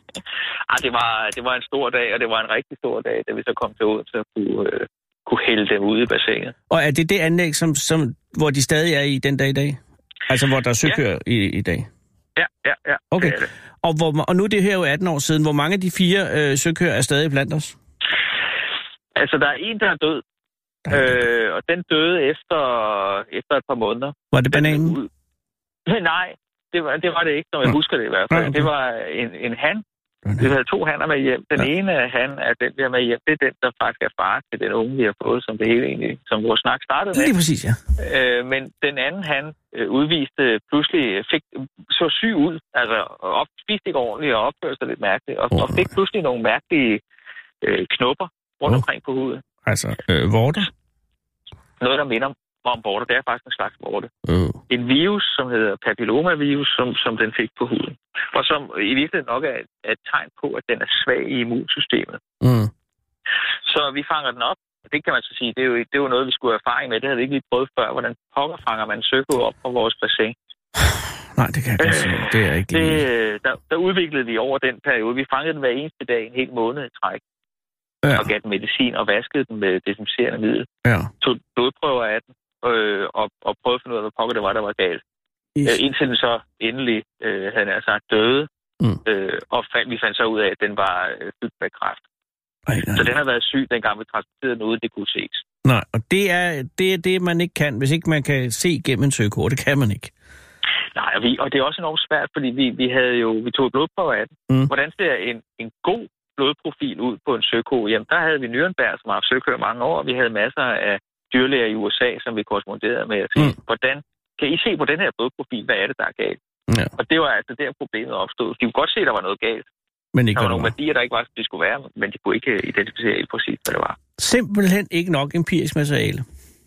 Speaker 4: Det var en stor dag, og det var en rigtig stor dag, da vi så kom til Odense og kunne hælde dem ud i bassinet.
Speaker 3: Og er det anlæg, hvor de stadig er i den dag i dag? Altså, hvor der er søkører i dag?
Speaker 4: Ja.
Speaker 3: Okay. Og nu er det her jo 18 år siden. Hvor mange af de 4 søkører er stadig blandt os?
Speaker 4: Altså, der er en, der er død. Og den døde efter et par måneder.
Speaker 3: Var det bananen?
Speaker 4: Nej, det var det ikke, når jeg husker det i hvert fald. Okay. Det var en han. Vi havde 2 hanner med hjem. Den ene han er den, vi har med hjem. Det er den, der faktisk er far til den unge, vi har fået, som det hele egentlig, som vores snak startede med.
Speaker 3: Lige præcis, ja.
Speaker 4: Men den anden han udviste pludselig, så syg ud, altså spiste ikke ordentligt og opførte sig lidt mærkeligt, og fik pludselig nogle mærkelige knopper rundt omkring på huden.
Speaker 3: Altså, vorter?
Speaker 4: Noget, der minder om vorter. Det er faktisk en slags vorte. En virus, som hedder papillomavirus, som den fik på huden. Og som i virkeligheden nok er et tegn på, at den er svag i immunsystemet. Så vi fanger den op. Det kan man så sige, det er jo noget, vi skulle have erfaring med. Det havde vi ikke lige prøvet før. Hvordan pokker fanger man søkøer op fra vores bassin?
Speaker 3: Nej, det kan jeg godt se. Det er ikke
Speaker 4: der udviklede vi over den periode. Vi fangede den hver eneste dag en hel måned i træk. Og gav den medicin og vaskede den med desinficerende middel.
Speaker 3: Ja.
Speaker 4: Tog blodprøver af den og prøvede at finde ud af, hvad pokker det var, der var galt. Indtil den så endelig, havde han sagt, døde. Og vi fandt så ud af, at den var fyldt med kræft. Så den har været syg, dengang vi transporterede den ud, det kunne ses.
Speaker 3: Nej, og det er det, man ikke kan. Hvis ikke man kan se gennem en søkort, det kan man ikke.
Speaker 4: Nej, og det er også enormt svært, fordi vi tog blodprøver af den. Hvordan ser en god blodprofil ud på en søko? Jamen, der havde vi Nürnberg, som har haft søkøer mange år, og vi havde masser af dyrlæger i USA, som vi korresponderede med at sige, kan I se på den her blodprofil, hvad er det, der er galt? Ja. Og det var altså der, problemet opstod. De kunne godt se, at der var noget galt.
Speaker 3: Men ikke
Speaker 4: der var nogle værdier, der ikke var, som de skulle være, men de kunne ikke identificere helt præcis, hvad det var.
Speaker 3: Simpelthen ikke nok empirisk materiale.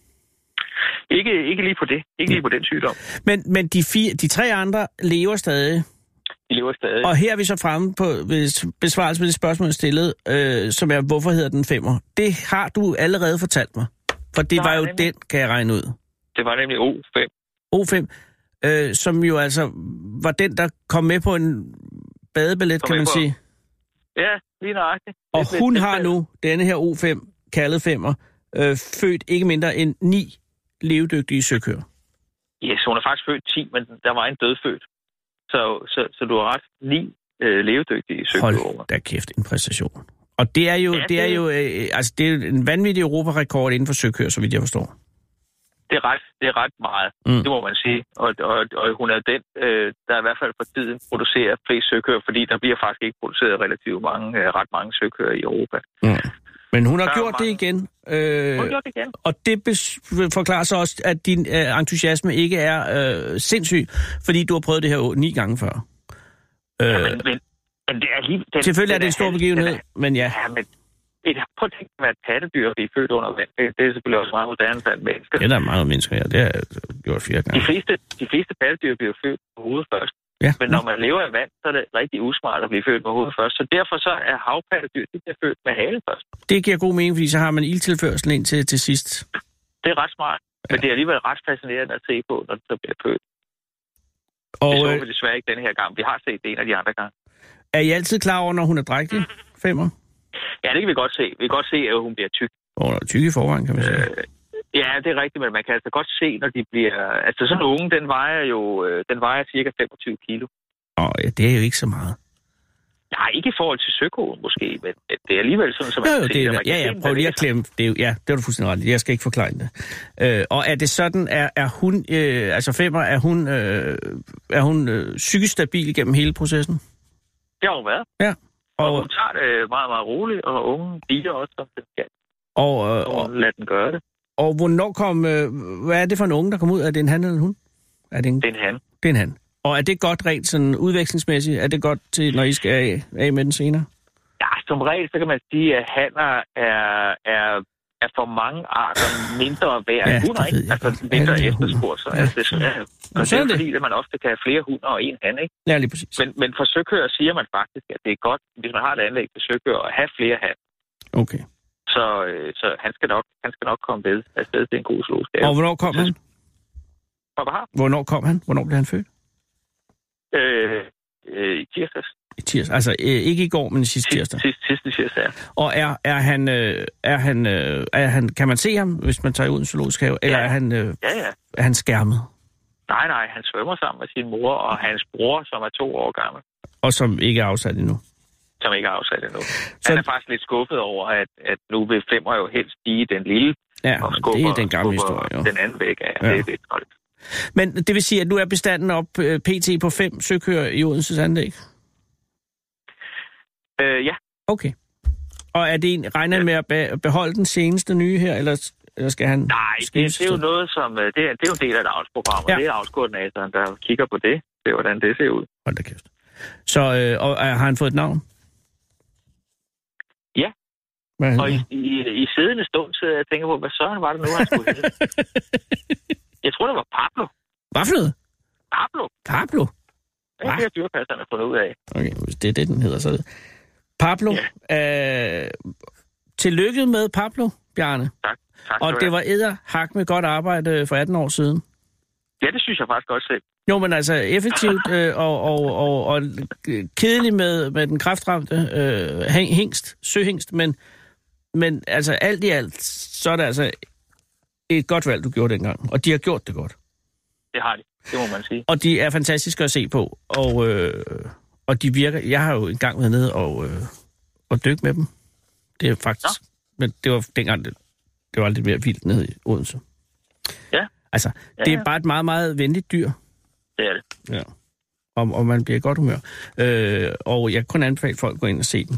Speaker 4: Ikke lige på det. Ikke lige på den sygdom.
Speaker 3: Men de 3 andre lever stadig.
Speaker 4: De lever stadig.
Speaker 3: Og her er vi så fremme på besvarelse på det spørgsmål, jeg stillede, som er, hvorfor hedder den 5'er? Det har du allerede fortalt mig. For det var jo nemlig, den, kan jeg regne ud.
Speaker 4: Det var nemlig O5.
Speaker 3: O5, som jo altså var den, der kom med på en badebillet, kan man sige.
Speaker 4: Ja, lige nøjagtigt.
Speaker 3: Og hun har nu, denne her O5, kaldet 5'er, født ikke mindre end 9 levedygtige søkøer.
Speaker 4: Yes, hun er faktisk født 10, men der var en dødfødt. Så du har ret, 9 levedygtige søkøer.
Speaker 3: Hold da kæft, en præstation. Og det er jo, det er en vanvittig europarekord inden for søkøer, så vidt jeg forstår.
Speaker 4: Det er ret meget, det må man sige. Og hun er den, der i hvert fald for tiden producerer flest søkøer, fordi der bliver faktisk ikke produceret ret mange søkøer i Europa.
Speaker 3: Men hun har gjort det igen.
Speaker 4: Hun har gjort det igen.
Speaker 3: Og det forklarer så også, at din entusiasme ikke er sindssyg, fordi du har prøvet det her 9 gange før.
Speaker 4: Men det er lige...
Speaker 3: Selvfølgelig er det en stor begivenhed, men ja.
Speaker 4: Men prøv at tænke på, at pattedyr bliver født under vand. Det er selvfølgelig også meget moderne blandt mennesker.
Speaker 3: Ja, der er mange mennesker, ja. Det har jeg gjort 4 gange.
Speaker 4: De fleste pattedyr bliver født på hovedet først.
Speaker 3: Ja.
Speaker 4: Men når man lever i vand, så er det rigtig usmart at blive født på hovedet først. Så derfor så er havpattedyr, de bliver født med halen først.
Speaker 3: Det giver god mening, fordi så har man ildtilførsel ind til sidst. Det
Speaker 4: er ret smart. Ja. Men det er alligevel ret fascinerende at se på, når det så bliver født.
Speaker 3: Og,
Speaker 4: det så vi desværre ikke denne her gang. Vi har set det en af de andre gange.
Speaker 3: Er I altid klar over, når hun er drægtig, 5'er?
Speaker 4: Ja, det kan vi godt se. Vi kan godt se, at hun bliver tyk.
Speaker 3: Hun er tyk i forvejen, kan man sige.
Speaker 4: Ja, det er rigtigt, men man kan altså godt se, når de bliver... Altså sådan en unge, den vejer cirka 25 kilo.
Speaker 3: Ja, det er jo ikke så meget.
Speaker 4: Nej, ikke i forhold til søkoen måske, men det er alligevel sådan, som man
Speaker 3: kan se. Prøv lige at klemme. Det er du fuldstændig ret. Jeg skal ikke forklare det. Og er det sådan, er hun, altså 5'er, er hun psykisk stabil gennem hele processen?
Speaker 4: Det har hun været.
Speaker 3: Ja.
Speaker 4: Og hun tager det meget, meget roligt, og unge bier også, som den skal. Og lad den gøre det.
Speaker 3: Og hvornår hvad er det for en unge, der kommer ud? Er det en han eller en hund?
Speaker 4: Det er en han.
Speaker 3: Det er en han. Og er det godt rent sådan udvekslingsmæssigt? Er det godt til, når I skal af med den senere?
Speaker 4: Ja, som regel, så kan man sige, at hanner er for mange arter mindre værd end hunder, ikke? Altså mindre efterspurgt. Så det er fordi, at man ofte kan have flere hunder og en han, ikke?
Speaker 3: Ja, lige præcis.
Speaker 4: Men for søkøer siger man faktisk, at det er godt, hvis man har et anlæg til søkøer, at have flere han.
Speaker 3: Okay.
Speaker 4: Så han skal nok komme ved afsted til en god zoologisk have.
Speaker 3: Og hvornår kom han? Hvornår kom han? Hvornår blev han født?
Speaker 4: I tirsdags.
Speaker 3: I tirsdag. Altså ikke i går, men sidste tirsdag.
Speaker 4: Sidste tirsdag, ja.
Speaker 3: Og er han, kan man se ham, hvis man tager ud i en zoologisk have, eller er han, er han skærmet?
Speaker 4: Nej, han svømmer sammen med sin mor og hans bror, som er 2 år gammel.
Speaker 3: Og som ikke er afsat endnu?
Speaker 4: Som ikke er afsat endnu. Han er faktisk lidt skuffet over, at nu vil 5'er jo helst stige den lille, og skubber,
Speaker 3: det er den gamle historie, jo.
Speaker 4: Den anden væk af. Ja. Det er lidt koldt.
Speaker 3: Men det vil sige, at nu er bestanden op pt. På 5 søkøer i Odenses anlæg?
Speaker 4: Ja.
Speaker 3: Okay. Og er det regner med at beholde den seneste nye her, eller skal han...
Speaker 4: Nej, det er jo noget som... Det er jo en del af et avlsprogram, og det er avlskoordinatoren, der kigger på det. Det er, hvordan det ser ud.
Speaker 3: Hold da kæft. Så og har han fået et navn?
Speaker 4: Ja. Og i siddende stund sidder jeg og tænker på, hvad søren var det nu, han skulle hedde? Jeg tror, det var Pablo.
Speaker 3: Hvad for noget?
Speaker 4: Pablo? Det er det, dyrepasserne har fundet ud af.
Speaker 3: Okay, hvis det er det, den hedder, så Pablo. Ja. Tillykke med Pablo, Bjarne.
Speaker 4: Tak.
Speaker 3: Og det var edderhak med godt arbejde for 18 år siden.
Speaker 4: Ja, det synes jeg faktisk godt selv.
Speaker 3: Jo, men altså effektivt og kedeligt med den kræftramte søhængst, men altså alt i alt, så er det altså et godt valg, du gjorde dengang. Og de har gjort det godt.
Speaker 4: Det har de, det må man sige.
Speaker 3: Og de er fantastiske at se på, og de virker... Jeg har jo engang været nede og dykke med dem. Det er faktisk... Men det var dengang, det var lidt mere vildt nede i Odense.
Speaker 4: Ja.
Speaker 3: Altså, det er bare et meget, meget venligt dyr.
Speaker 4: Det er det.
Speaker 3: Ja. Og man bliver i godt humør. Og jeg kan kun anbefale folk at gå ind og se den.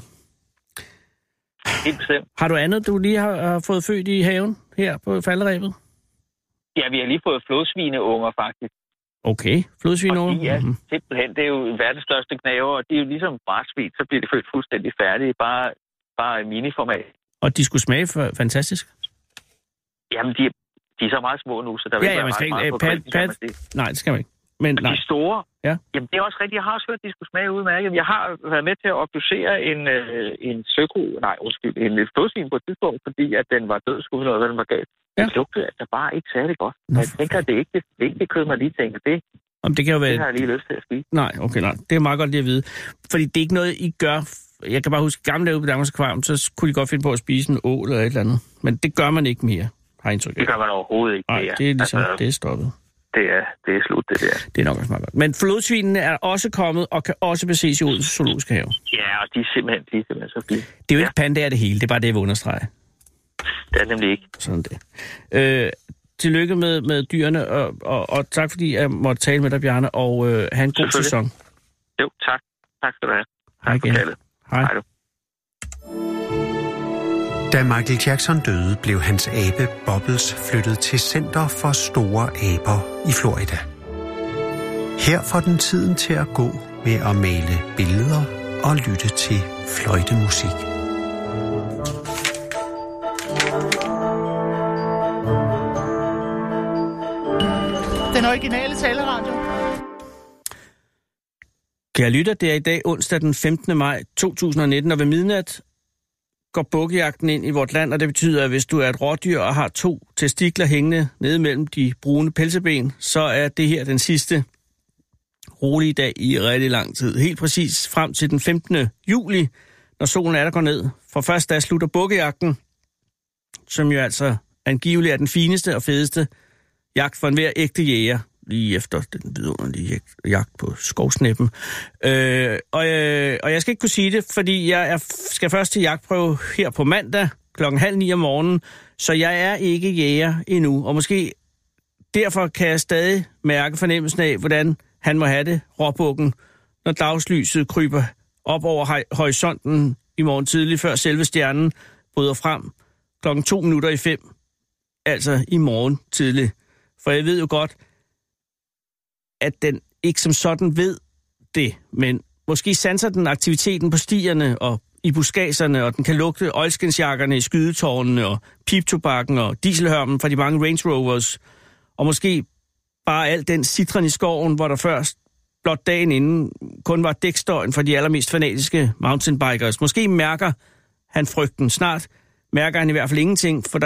Speaker 4: Helt bestemt.
Speaker 3: Har du andet, du lige har fået født i haven her på falderæbet?
Speaker 4: Ja, vi har lige fået flodsvineunger, faktisk.
Speaker 3: Okay, flodsvineunger.
Speaker 4: Og de er simpelthen, det er jo verdens største knæver, og de er jo ligesom bræsvin, så bliver de født fuldstændig færdige, bare i miniformat.
Speaker 3: Og de skulle smage fantastisk?
Speaker 4: Jamen, de er så meget små nu, så der vil ikke være meget på kvælden, kan man sige.
Speaker 3: Nej, det skal man ikke. Men
Speaker 4: de store, jamen det er også rigtigt. Jeg har også hørt, at de skulle smage udmærket. Jeg har været med til at obducere en flodsvin på et tidspunkt, fordi at den var død, skulle noget, hvad den var galt. Ja. Det lugtede altså bare ikke særlig godt. Jeg tænker, at det er ikke det kød, man lige tænker.
Speaker 3: Det kan jo være...
Speaker 4: Det har jeg lige lyst til at spise.
Speaker 3: Nej. Det er meget godt lige at vide. Fordi det er ikke noget, I gør... Jeg kan bare huske, gamle dage ude på Danmarks Akvarium, så kunne de godt finde på at spise en ål eller et eller andet. Men det gør man ikke mere, har jeg indtryk af.
Speaker 4: Det gør man overhovedet ikke mere.
Speaker 3: Nej, det er ligesom, det er stoppet.
Speaker 4: Det er slut, det der.
Speaker 3: Det er nok også meget godt. Men flodsvinene er også kommet og kan også beses i Odense Zoologiske Have.
Speaker 4: Ja, og de er simpelthen så fine.
Speaker 3: Det er jo ikke pandaer det hele, det er bare det, jeg vil understrege.
Speaker 4: Det er nemlig ikke.
Speaker 3: Sådan det. Tillykke med dyrene, og tak fordi jeg måtte tale med dig, Bjarne, og have en god sæson.
Speaker 4: Jo, tak. Tak skal du have.
Speaker 3: Hej igen. Hej.
Speaker 2: Da Michael Jackson døde, blev hans abe Bubbles flyttet til Center for Store Aber i Florida. Her får den tiden til at gå med at male billeder og lytte til fløjtemusik.
Speaker 5: Den originale taleradio.
Speaker 3: Kære lytter, det er i dag onsdag den 15. maj 2019, og ved midnat går bukkejagten ind i vort land, og det betyder, at hvis du er et rådyr og har 2 testikler hængende nede mellem de brune pelseben, så er det her den sidste rolig dag i rigtig lang tid. Helt præcis frem til den 15. juli, når solen er der går ned. For først da slutter bukkejagten, som jo altså angiveligt er den fineste og fedeste jagt for enhver ægte jæger, lige efter den vidunderlige jagt på skovsnæppen. Og jeg skal ikke kunne sige det, fordi jeg skal først til jagtprøve her på mandag 8:30 om morgenen, så jeg er ikke jæger endnu. Og måske derfor kan jeg stadig mærke fornemmelsen af, hvordan han må have det, råbukken, når dagslyset kryber op over horisonten i morgen tidlig, før selve stjernen bryder frem 5:02, altså i morgen tidlig. For jeg ved jo godt, at den ikke som sådan ved det, men måske sanser den aktiviteten på stierne og i buskaserne, og den kan lugte oilskinsjakkerne i skydetårnene og piptobakken og dieselhørmen fra de mange Range Rovers, og måske bare al den citron i skoven, hvor der først blot dagen inden kun var dækstøjen for de allermest fanatiske mountainbikers. Måske mærker han frygten. Snart mærker han i hvert fald ingenting, for der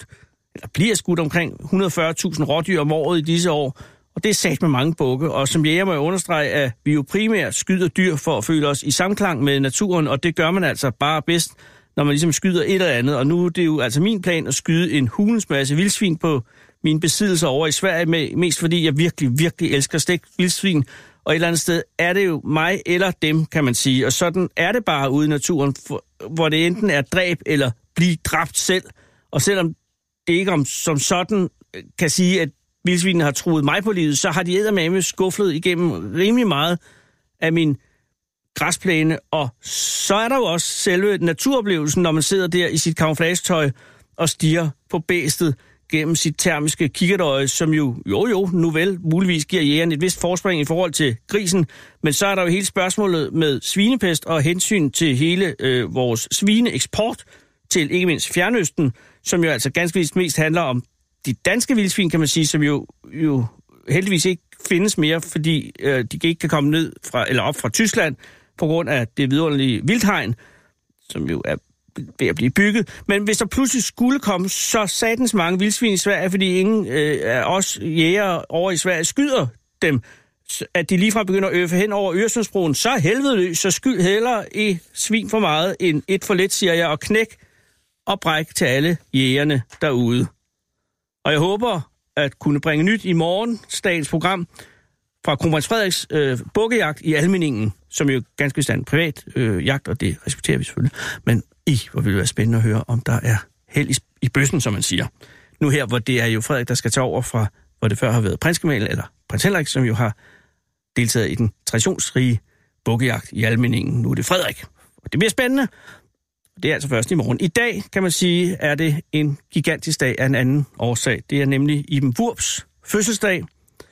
Speaker 3: bliver skudt omkring 140.000 rådyr om året i disse år, og det er sat med mange bukke, og som jæger må jeg understrege, at vi jo primært skyder dyr for at føle os i samklang med naturen, og det gør man altså bare bedst, når man ligesom skyder et eller andet, og nu er det jo altså min plan at skyde en hulens masse vildsvin på mine besiddelser over i Sverige, mest fordi jeg virkelig, virkelig elsker stegt vildsvin, og et eller andet sted er det jo mig eller dem, kan man sige, og sådan er det bare ude i naturen, hvor det enten er dræb eller blive dræbt selv, og selvom det ikke som sådan kan sige, at vildsvinene har truet mig på livet, så har de eddermame skufflet igennem rimelig meget af min græsplæne, og så er der jo også selve naturoplevelsen, når man sidder der i sit camouflagetøj og stiger på bæstet gennem sit termiske kikkertøje, som jo nu vel muligvis giver jægeren et vist forspring i forhold til grisen, men så er der jo hele spørgsmålet med svinepest og hensyn til hele vores svineeksport til ikke mindst Fjernøsten, som jo altså ganske vist mest handler om de danske vildsvin, kan man sige, som jo heldigvis ikke findes mere, fordi de ikke kan komme ned fra eller op fra Tyskland på grund af det vidunderlige vildhegn, som jo er ved at blive bygget. Men hvis der pludselig skulle komme så satans mange vildsvin i Sverige, fordi ingen af os jægere over i Sverige skyder dem, at de ligefrem begynder at øve hen over Øresundsbroen, så helvede løs, så skyld hellere i svin for meget end et for lidt, siger jeg, og knæk og bræk til alle jægerne derude. Og jeg håber at kunne bringe nyt i morgendagens program fra Kronprins Frederiks bukkejagt i Almindingen, som jo ganske vist er en privat jagt, og det respekterer vi selvfølgelig. Men hvor vil det være spændende at høre, om der er held i bøssen, som man siger. Nu her, hvor det er jo Frederik, der skal tage over fra, hvor det før har været prinsgemal, eller prins Henrik, som jo har deltaget i den traditionsrige bukkejagt i Almindingen. Nu er det Frederik. Og det bliver spændende. Det er altså først i morgen. I dag, kan man sige, er det en gigantisk dag af en anden årsag. Det er nemlig Iben Wurbs fødselsdag.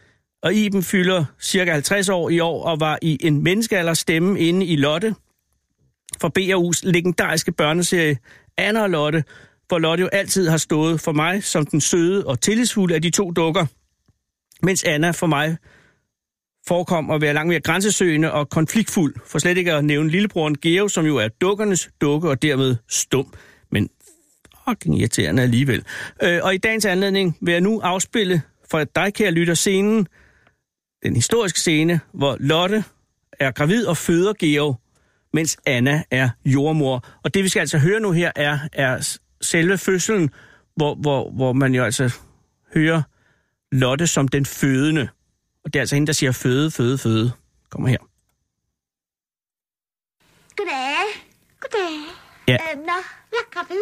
Speaker 3: Og Iben fylder cirka 50 år i år og var i en menneskealder stemme inde i Lotte for BRU's legendariske børneserie Anna og Lotte, hvor Lotte jo altid har stået for mig som den søde og tillidsfulde af de to dukker, mens Anna for mig forekom at være langt mere grænsesøgende og konfliktfuld, for slet ikke at nævne lillebroren Geo, som jo er dukkernes dukke og dermed stum, men fucking irriterende alligevel. Og i dagens anledning vil jeg nu afspille for dig, kære lytter, scenen, den historiske scene, hvor Lotte er gravid og føder Geo, mens Anna er jordmor. Og det vi skal altså høre nu her er selve fødslen, hvor man jo altså hører Lotte som den fødende. Og det er altså hende, der siger føde, føde, føde. Kommer her.
Speaker 6: Goddag. Goddag.
Speaker 3: Ja.
Speaker 6: Jeg er gravid.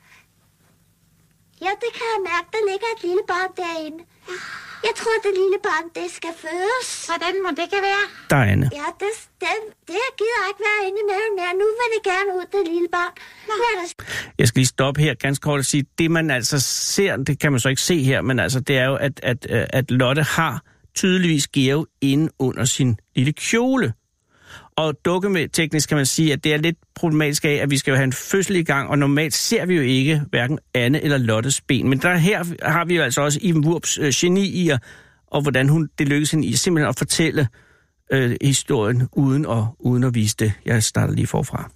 Speaker 6: Ja, det kan jeg mærke. Der ligger et lille barn derinde. Jeg tror, det lille barn, det skal fødes.
Speaker 5: Hvordan må det kan være?
Speaker 3: Der er Anne.
Speaker 6: Ja, det gider ikke være inde imellem mere. Nu vil det gerne ud, det lille barn.
Speaker 3: Jeg skal lige stoppe her ganske kort og sige, det man altså ser, det kan man så ikke se her, men altså det er jo, at Lotte har tydeligvis Geo inde under sin lille kjole. Og teknisk kan man sige, at det er lidt problematisk af, at vi skal jo have en fødsel i gang, og normalt ser vi jo ikke hverken Anne eller Lottes ben. Men her har vi jo altså også Iben Wurbs geni i, og hvordan det lykkes hende i simpelthen at fortælle historien uden at vise det. Jeg starter lige forfra.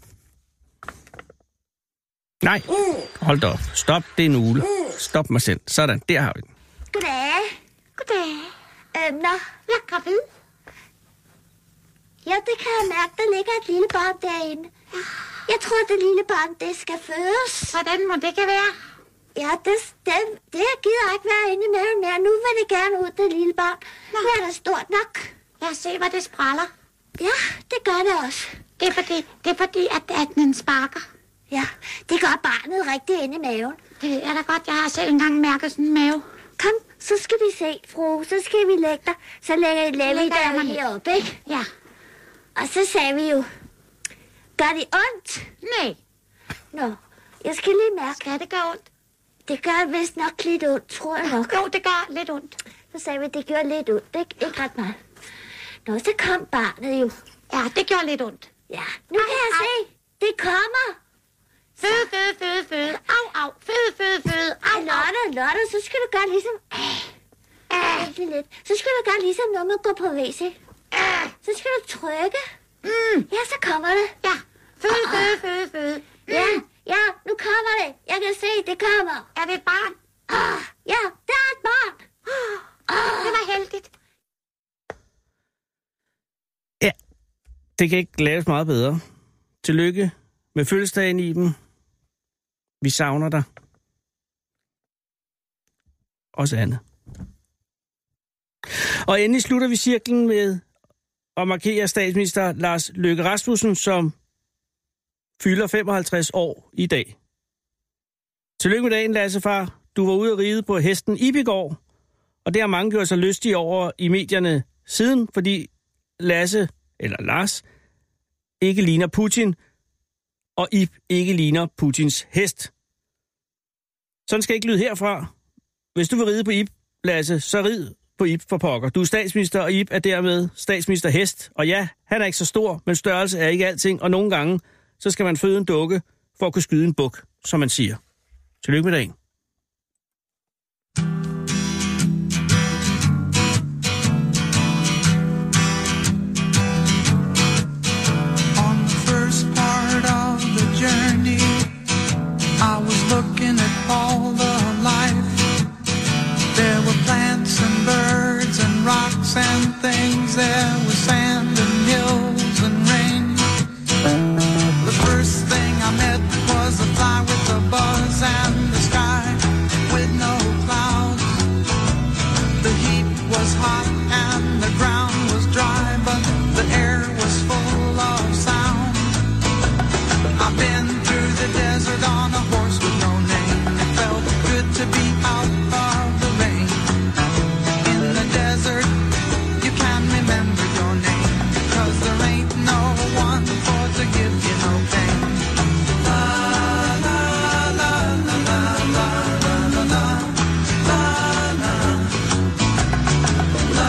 Speaker 3: Nej, hold da op. Stop, det er en ule. Stop mig selv. Sådan, der har vi den.
Speaker 6: Goddag. Goddag. Jeg er gravid. Ja, det kan jeg mærke. Der ligger et lille barn derinde. Jeg tror, det lille barn, det skal fødes.
Speaker 7: Hvordan må det kan være?
Speaker 6: Ja, det gider ikke være inde i maven mere. Nu vil det gerne ud, det lille barn. Nu er det stort nok.
Speaker 7: Jeg ser, hvor det spræller.
Speaker 6: Ja, det gør det også.
Speaker 7: Det er fordi, at den sparker.
Speaker 6: Ja, det gør barnet rigtig inde i maven.
Speaker 7: Det ved jeg da godt. Jeg har selv engang mærket sådan en mave.
Speaker 6: Kom, så skal vi se, fru. Så skal vi lægge dig. Så lægger vi dig heroppe, ikke?
Speaker 7: Ja.
Speaker 6: Og så sagde vi jo, gør det ondt?
Speaker 7: Nej.
Speaker 6: Nå, jeg skal lige mærke.
Speaker 7: Skal det gøre ondt?
Speaker 6: Det gør vist nok lidt ondt, tror jeg nok.
Speaker 7: Jo, det gør lidt ondt.
Speaker 6: Så sagde vi, det gjorde lidt ondt. Ikke ret meget. Nå, så kom barnet jo.
Speaker 7: Ja, det gjorde lidt ondt.
Speaker 6: Ja, nu kan jeg se. Det kommer.
Speaker 7: Føde. Au. Føde. Au.
Speaker 6: Lotte, så skal du gøre ligesom... lidt. Så skal du gøre ligesom, når man går på WC. Så skal du trykke. Ja, så kommer det.
Speaker 7: Ja, føde.
Speaker 6: Ja, nu kommer det. Jeg kan se, det kommer.
Speaker 7: Er det et barn?
Speaker 6: Ja, der er et barn.
Speaker 7: Det var heldigt.
Speaker 3: Ja, det kan ikke laves meget bedre. Tillykke med fødselsdagen, Iben. Vi savner dig. Også Anne. Og endelig slutter vi cirklen med at markere statsminister Lars Løkke Rasmussen, som fylder 55 år i dag. Tillykke med dagen, Lasse far. Du var ude at ride på hesten Ib i går, og det har mange gjort sig lystige over i medierne siden, fordi Lasse, eller Lars, ikke ligner Putin, og Ib ikke ligner Putins hest. Sådan skal ikke lyde herfra. Hvis du vil ride på Ib, Lasse, så rid på Ib for pokker. Du er statsminister, og Ib er dermed statsminister hest. Og ja, han er ikke så stor, men størrelse er ikke alting, og nogle gange, så skal man føde en dukke for at kunne skyde en buk, som man siger. Tillykke med dagen.
Speaker 8: On the first part of the journey, I was looking at all the life. There were plants and birds and rocks and things. There was sand and hills and rain. The first thing I met was a fly with a buzz and the sky with no clouds. The heat was hot and the ground was dry, but the air was full of sound. I've been through the desert on a horse with no name. It felt good to be out of the rain. In the desert, you can remember your name, 'cause there ain't no one for to give you no pain. La la la la la la la la la la la la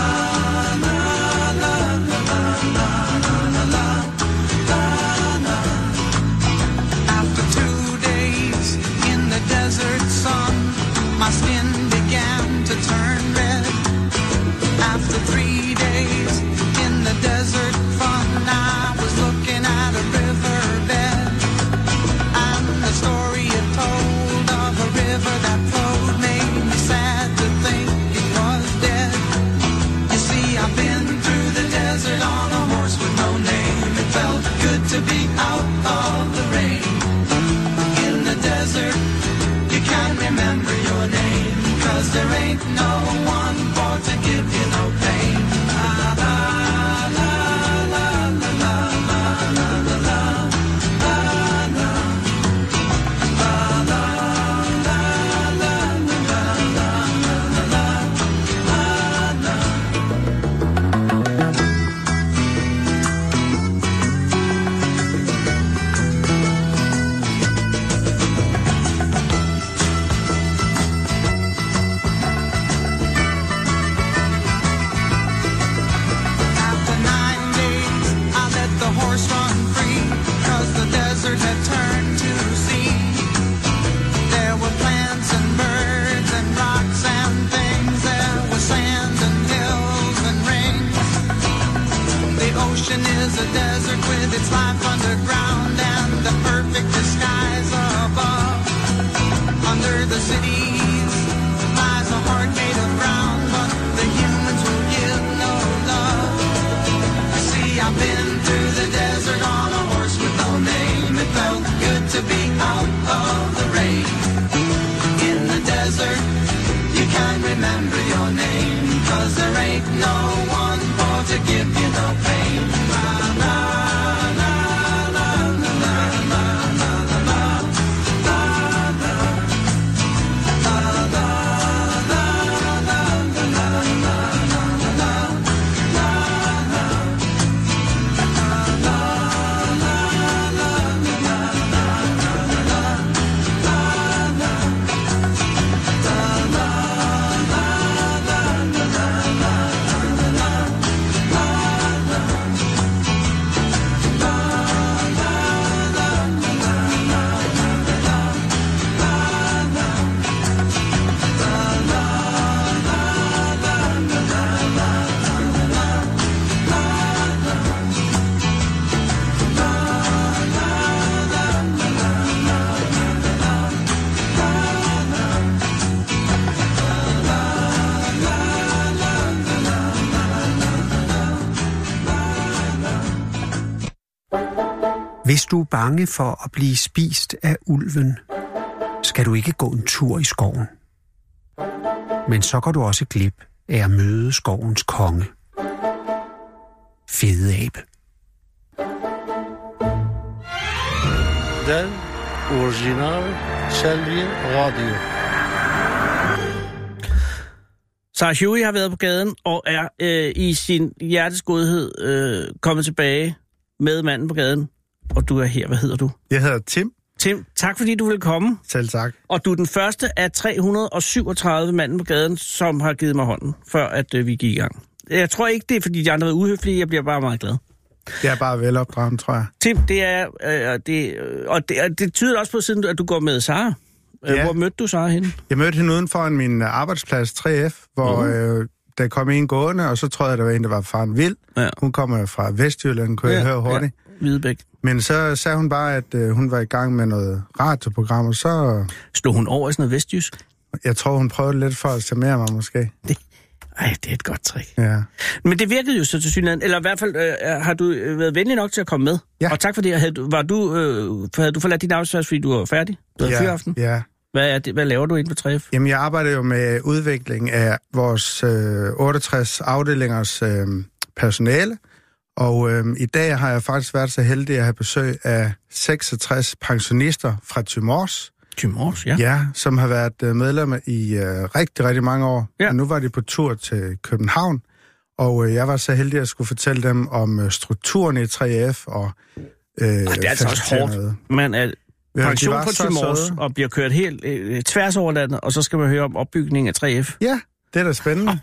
Speaker 8: la. After 2 days in the desert sun, my skin began to turn red. After 3 days in the desert fun, I was looking at a riverbed, and the story it told of a river that flowed made me sad to think it was dead. You see, I've been through the desert on a horse with no name. It felt good to be out of the rain. In the desert, you can't remember your name, 'cause there ain't no one for to give you no pain. La la la la la la la la la la la la la After 9 days, I let the horse run free, 'cause the desert had turned to sea. There were plants and birds and rocks and things. There was sand and hills and rain. The ocean is a desert with its life underground and the perfect disguise above. Under the cities lies a heart made of brown, but the humans will give no love. You see, I've been
Speaker 2: Hvis du er bange for at blive spist af ulven, skal du ikke gå en tur i skoven. Men så går du også glip af at møde skovens konge. Fede abe.
Speaker 9: Den originale Salvia Radio.
Speaker 3: Sarah Huey har været på gaden og er i sin hjertesgodhed kommet tilbage med manden på gaden. Og du er her. Hvad hedder du?
Speaker 10: Jeg hedder Tim.
Speaker 3: Tim, tak fordi du vil komme.
Speaker 10: Selv tak.
Speaker 3: Og du er den første af 337 manden på gaden, som har givet mig hånden, før at vi gik i gang. Jeg tror ikke, det er, fordi de andre har været uhøflige. Jeg bliver bare meget glad.
Speaker 10: Jeg er bare velopdraget, tror jeg.
Speaker 3: Tim, det tyder også på siden, at du går med Sarah. Ja. Hvor mødte du Sarah henne?
Speaker 10: Jeg mødte hende uden for min arbejdsplads 3F, hvor der kom en gående, og så troede jeg, der var en, der var faren vild. Ja. Hun kommer fra Vestjylland, kunne jeg høre hurtigt. Ja.
Speaker 3: Hvidebæk.
Speaker 10: Men så sagde hun bare, at hun var i gang med noget radioprogram, og så...
Speaker 3: Slog hun over i sådan noget vestjysk?
Speaker 10: Jeg tror, hun prøvede lidt for at charmere mig, måske.
Speaker 3: Det er et godt trick.
Speaker 10: Ja.
Speaker 3: Men det virkede jo så til synligheden. Eller i hvert fald har du været venlig nok til at komme med.
Speaker 10: Ja.
Speaker 3: Og tak for det. Havde du forladt din arbejdsplads, fordi du var færdig? Du havde fyraften?
Speaker 10: Ja.
Speaker 3: Hvad laver du inde på 3F?
Speaker 10: Jamen, jeg arbejder jo med udvikling af vores 68 afdelingers personale. Og i dag har jeg faktisk været så heldig at have besøg af 66 pensionister fra Thy-Mors.
Speaker 3: Thy-Mors, ja.
Speaker 10: Ja, som har været medlemmer i rigtig, rigtig mange år. Ja. Og nu var de på tur til København. Og jeg var så heldig at skulle fortælle dem om strukturen i 3F. Og
Speaker 3: det er altså også hårdt. Man er pension på Thy-Mors og bliver kørt helt tværs over landet, og så skal man høre om opbygningen af 3F.
Speaker 10: Ja, det er da spændende.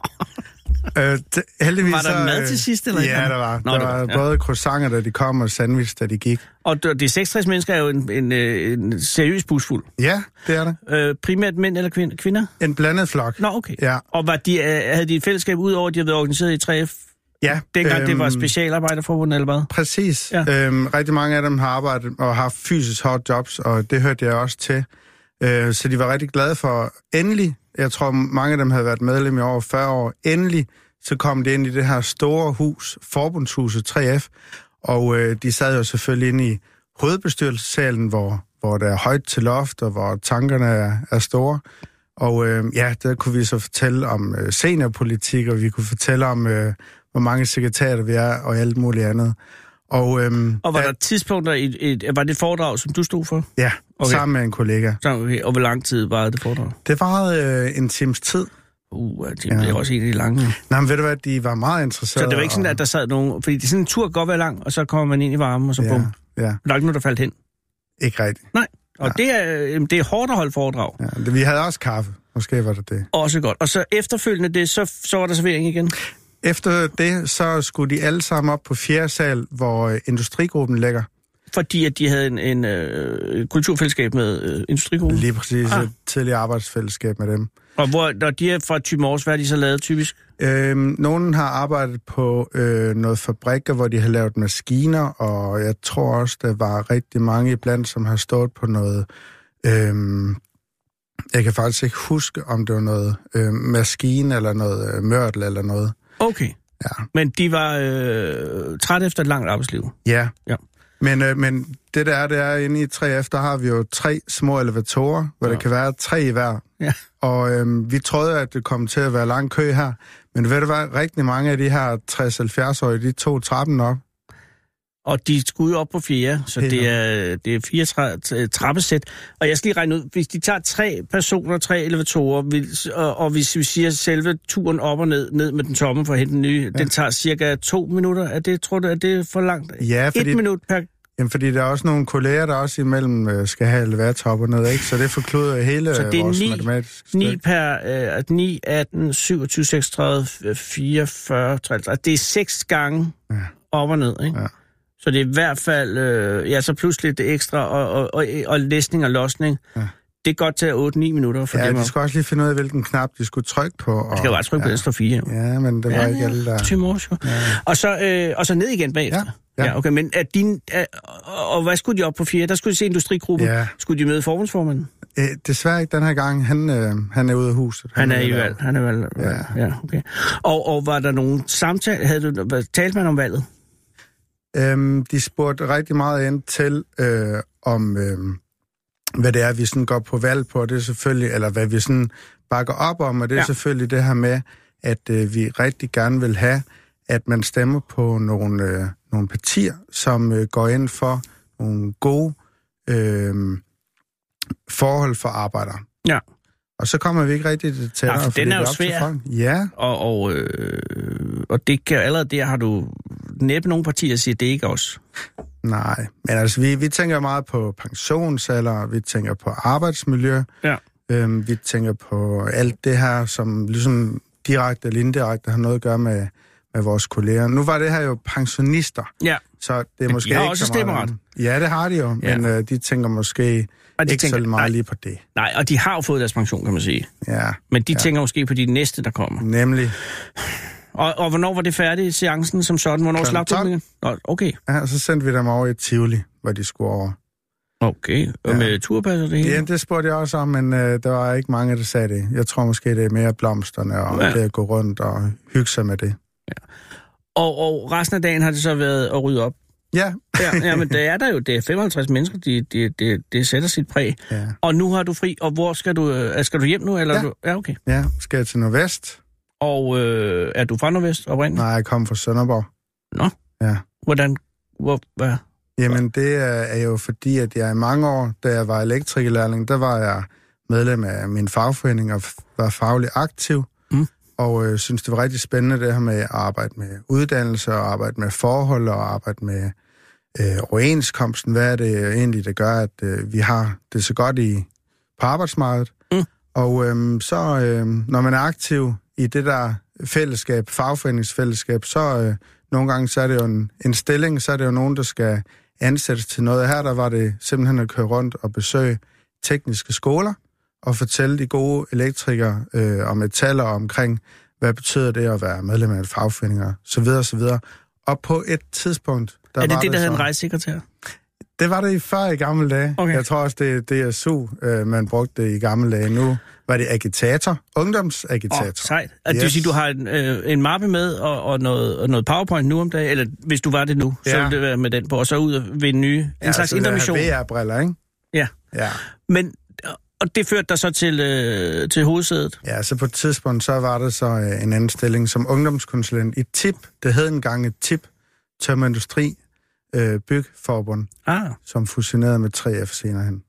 Speaker 10: Heldigvis
Speaker 3: var der mad til sidst, eller?
Speaker 10: Ja, der var. Der var både croissanter, da de kom, og sandwich, da de gik.
Speaker 3: Og de 66 mennesker er jo en seriøs busfuld.
Speaker 10: Ja, det er det.
Speaker 3: Primært mænd eller kvinder?
Speaker 10: En blandet flok.
Speaker 3: Nå, okay.
Speaker 10: Ja.
Speaker 3: Og havde de et fællesskab ud over, at de havde været organiseret i 3F?
Speaker 10: Ja.
Speaker 3: Dengang det var specialarbejderforbundet, eller hvad?
Speaker 10: Præcis. Ja. Rigtig mange af dem har arbejdet og haft fysisk hårde jobs, og det hørte jeg også til. Så de var rigtig glade for endelig. Jeg tror, mange af dem havde været medlem i over 40 år. Endelig så kom de ind i det her store hus, forbundshuset 3F, og de sad jo selvfølgelig inde i hovedbestyrelsessalen, hvor der er højt til loft, og hvor tankerne er store. Og der kunne vi så fortælle om seniorpolitik, og vi kunne fortælle om, hvor mange sekretærer vi er, og alt muligt andet. Og
Speaker 3: var der tidspunkter var det foredrag, som du stod for?
Speaker 10: Ja, okay. Sammen med en kollega.
Speaker 3: Okay. Og hvor lang tid varede det foredrag?
Speaker 10: Det varede en times tid.
Speaker 3: Det er også egentlig langt.
Speaker 10: Nej, men ved du hvad, de var meget interesserede.
Speaker 3: Så det var ikke sådan, at der sad nogen... Fordi det er sådan en tur kan godt være lang, og så kommer man ind i varmen, og så bum.
Speaker 10: Ja.
Speaker 3: Der er ikke noget, der faldt hen.
Speaker 10: Ikke rigtigt.
Speaker 3: Nej, og det er hårdt at holde foredrag.
Speaker 10: Ja, vi havde også kaffe. Måske var det.
Speaker 3: Også godt. Og så efterfølgende det, så var der servering igen?
Speaker 10: Efter det, så skulle de alle sammen op på 4. sal, hvor industrigruppen ligger.
Speaker 3: Fordi at de havde en kulturfællesskab med industrigruppen?
Speaker 10: Lige præcis. Et tidligere arbejdsfællesskab med dem.
Speaker 3: Og når de er fra Thy-Mors, hvad er de så lavet typisk?
Speaker 10: Nogen har arbejdet på noget fabrikker, hvor de har lavet maskiner, og jeg tror også, der var rigtig mange iblandt, som har stået på noget... jeg kan faktisk ikke huske, om det var noget maskine eller noget mørtel eller noget.
Speaker 3: Okay. Ja. Men de var træt efter et langt arbejdsliv?
Speaker 10: Ja. Men det er inde i 3F, der har vi jo 3 små elevatorer, hvor der kan være 3 i hver. Ja. Og vi troede, at det kom til at være lang kø her. Men ved du hvad, rigtig mange af de her 60-70-årige, de tog trappen op.
Speaker 3: Og de skulle op på 4, så det er 4 trappesæt. Og jeg skal lige regne ud, hvis de tager 3 personer, 3 elevatorer, og hvis vi siger selve turen op og ned med den tomme for at hente den nye, den tager cirka 2 minutter. Tror du, at det er for langt?
Speaker 10: Ja, fordi...
Speaker 3: 1 minut per...
Speaker 10: Jamen, fordi der er også nogle kolleger, der også imellem skal have elevator op og ned, ikke? Så det forkluder hele vores matematiske stykke.
Speaker 3: 9 per 9, 18, 27, 36, 44, 33. Det er 6 gange op og ned, ikke? Ja. Så det er i hvert fald, så pludselig det ekstra, og læsning og losning. Ja. Det er godt til 8-9 minutter for dem.
Speaker 10: Ja, de skulle også lige finde ud af, hvilken knap de skulle trykke på. Og...
Speaker 3: De skal jo bare trykke på den, står 4. Jo.
Speaker 10: Ja, men det var ikke alle, der...
Speaker 3: Thy-Mors, jo. Ja. Og så ned igen bagefter. Ja, okay, men og hvad skulle de op på 4? Der skulle de se industrigruppen. Ja. Skulle de møde forbundsformanden?
Speaker 10: Desværre ikke den her gang. Han er ude af huset.
Speaker 3: Han er i valg. Han er valg. Ja, okay. Og var der nogen samtale? Talte man om valget?
Speaker 10: De spurgte rigtig meget ind til, om hvad det er, vi sådan går på valg på, det er selvfølgelig, eller hvad vi sådan bakker op om, og det er selvfølgelig det her med, at vi rigtig gerne vil have, at man stemmer på nogle partier, som går ind for nogle gode forhold for arbejdere.
Speaker 3: Ja.
Speaker 10: Og så kommer vi ikke rigtig til
Speaker 3: for den er jo svær.
Speaker 10: Ja.
Speaker 3: Og det kan allerede der har du næppe nogle partier, der siger, det er ikke os.
Speaker 10: Nej, men altså vi tænker meget på pensionsalder, vi tænker på arbejdsmiljø, vi tænker på alt det her, som ligesom direkte eller indirekte har noget at gøre med vores kolleger. Nu var det her jo pensionister, så det er måske
Speaker 3: de har
Speaker 10: ikke
Speaker 3: også
Speaker 10: så meget.
Speaker 3: stemmeret.
Speaker 10: Ja, det har de jo, men de tænker måske ikke så meget lige på det.
Speaker 3: Nej, og de har jo fået deres pension, kan man sige.
Speaker 10: Ja.
Speaker 3: Men de tænker måske på de næste, der kommer.
Speaker 10: Nemlig.
Speaker 3: Og hvornår var det færdigt, seancen som sådan? Hvornår slap du den? Okay.
Speaker 10: Ja, så sendte vi dem over i Tivoli, hvor de skulle over.
Speaker 3: Okay, og med turpas og det hele?
Speaker 10: Ja, det spurgte jeg også om, men der var ikke mange, der sagde det. Jeg tror måske, det er mere blomsterne og det at gå rundt og hygge sig med det.
Speaker 3: Ja. Og resten af dagen har det så været at rydde op?
Speaker 10: Ja.
Speaker 3: Ja, men det er der jo. Det er 55 mennesker, det sætter sit præg. Ja. Og nu har du fri, og hvor skal du hjem nu? Eller ja, okay.
Speaker 10: Ja, skal jeg til Nordvest.
Speaker 3: Og er du fra Nordvest oprindeligt?
Speaker 10: Nej, jeg kommer fra Sønderborg.
Speaker 3: Nå?
Speaker 10: Ja.
Speaker 3: Hvordan? Hvad?
Speaker 10: Jamen, det er jo fordi, at jeg i mange år, da jeg var elektrikerlærling, der var jeg medlem af min fagforening og var faglig aktiv. Og synes, det var rigtig spændende det her med at arbejde med uddannelse og arbejde med forhold og arbejde med overenskomsten. Hvad er det egentlig, der gør, at vi har det så godt på arbejdsmarkedet? Og når man er aktiv i det der fællesskab, fagforeningsfællesskab, så nogle gange så er det jo en stilling, så er det jo nogen, der skal ansættes til noget. Her der var det simpelthen at køre rundt og besøge tekniske skoler og fortælle de gode elektrikere og metaller omkring, hvad betyder det at være medlem af et fagforeninger, så videre, så videre. Og på et tidspunkt... Der
Speaker 3: er det
Speaker 10: var
Speaker 3: det, der hedder en rejsesekretær?
Speaker 10: Det var det før i gamle dage. Okay. Jeg tror også, det er DSU, man brugte det i gamle dage. Nu var det agitator, ungdomsagitator.
Speaker 3: Sejt. Yes. Det vil sige, du har en mappe med og noget PowerPoint nu om dagen, eller hvis du var det nu, så ville det være med den på, og så ud og vinde nye. En slags intermission.
Speaker 10: Ja, VR-briller, ikke?
Speaker 3: Ja. Men... Og det førte dig så til hovedsædet? Ja,
Speaker 10: så på et tidspunkt, så var det så en anden stilling som ungdomskonsulent i TIP. Det hed engang et TIP, Tømmer Industri Bygforbund, som fusionerede med 3F senere hen.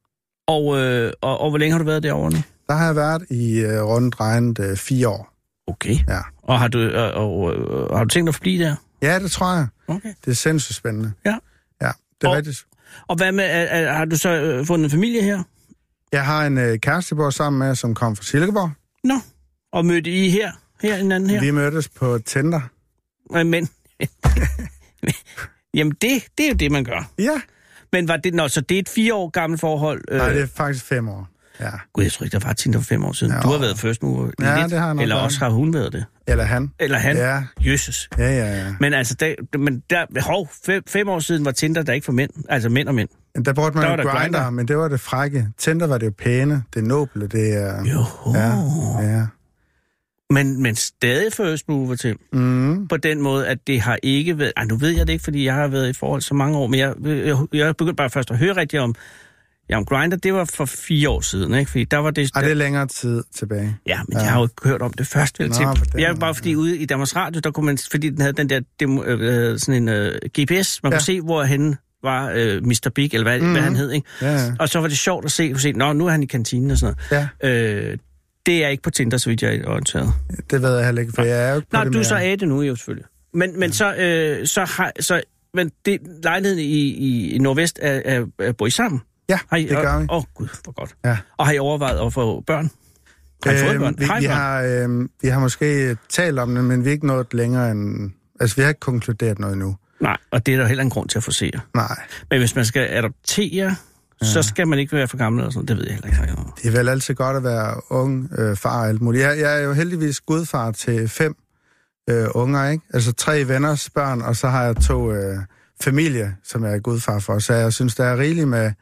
Speaker 3: Og hvor længe har du været derovre nu?
Speaker 10: Der har jeg været i rundt regnet 4 år.
Speaker 3: Okay.
Speaker 10: Ja.
Speaker 3: Og har du tænkt at forblive der?
Speaker 10: Ja, det tror jeg.
Speaker 3: Okay.
Speaker 10: Det er sindssygt spændende.
Speaker 3: Ja.
Speaker 10: Ja, det er rigtigt.
Speaker 3: Og hvad med, har du så fundet en familie her?
Speaker 10: Jeg har en kæreste, jeg bor sammen med, som kom fra Silkeborg.
Speaker 3: Nå, og mødte I her hinanden her?
Speaker 10: Vi mødtes på Tinder.
Speaker 3: Men, jamen det er jo det, man gør.
Speaker 10: Ja.
Speaker 3: Men var det, så det er et 4 år gammelt forhold?
Speaker 10: Nej, det er faktisk 5 år. Ja.
Speaker 3: Gud, jeg tror ikke, der var Tinder for 5 år siden. Ja, du har været først nu.
Speaker 10: Ja, det har han.
Speaker 3: Eller også har hun været det.
Speaker 10: Eller han.
Speaker 3: Ja. Jesus.
Speaker 10: Ja.
Speaker 3: Men altså, 5 år siden var Tinder der ikke for mænd. Altså mænd og mænd.
Speaker 10: Der brugte man jo Grindr, men det var det frække. Tinder var det jo pæne, det noble, det er...
Speaker 3: Jo.
Speaker 10: Ja.
Speaker 3: Men stadig first mover til. På den måde, at det har ikke været... nu ved jeg det ikke, fordi jeg har været i forhold så mange år, men jeg begyndte bare først at høre rigtig om Grindr, det var for 4 år siden, ikke? Fordi der var det...
Speaker 10: det er længere tid tilbage.
Speaker 3: Ja, men jeg har jo ikke hørt om det først. Jeg er bare fordi ude i Danmarks Radio, der kunne man... Fordi den havde den der sådan en GPS, man kunne se, hvor han var Mr. Big, eller hvad han hed, ikke?
Speaker 10: Ja.
Speaker 3: Og så var det sjovt at se, nu er han i kantinen og sådan noget. Ja. Det er ikke på Tinder, så vidt jeg er orienteret.
Speaker 10: Det ved jeg heller ikke, for jeg er jo ikke på det mere.
Speaker 3: Du er så af det nu, jo selvfølgelig. Men men det lejligheden i Nordvest bor I sammen?
Speaker 10: Ja, det gør vi.
Speaker 3: Gud, hvor godt.
Speaker 10: Ja.
Speaker 3: Og har I overvejet at få børn? Har I fået børn?
Speaker 10: Vi har måske talt om det, men vi er ikke nået længere end... Altså, vi har ikke konkluderet noget endnu.
Speaker 3: Nej, og det er der heller en grund til at forsere.
Speaker 10: Nej.
Speaker 3: Men hvis man skal adoptere, så skal man ikke være for gammel eller sådan. Det ved jeg heller ikke.
Speaker 10: Det er vel altid godt at være ung far og alt muligt. Jeg er jo heldigvis gudfar til 5 unger, ikke? Altså 3 venners børn, og så har jeg 2 familie, som jeg er gudfar for. Så jeg synes, der er rigeligt med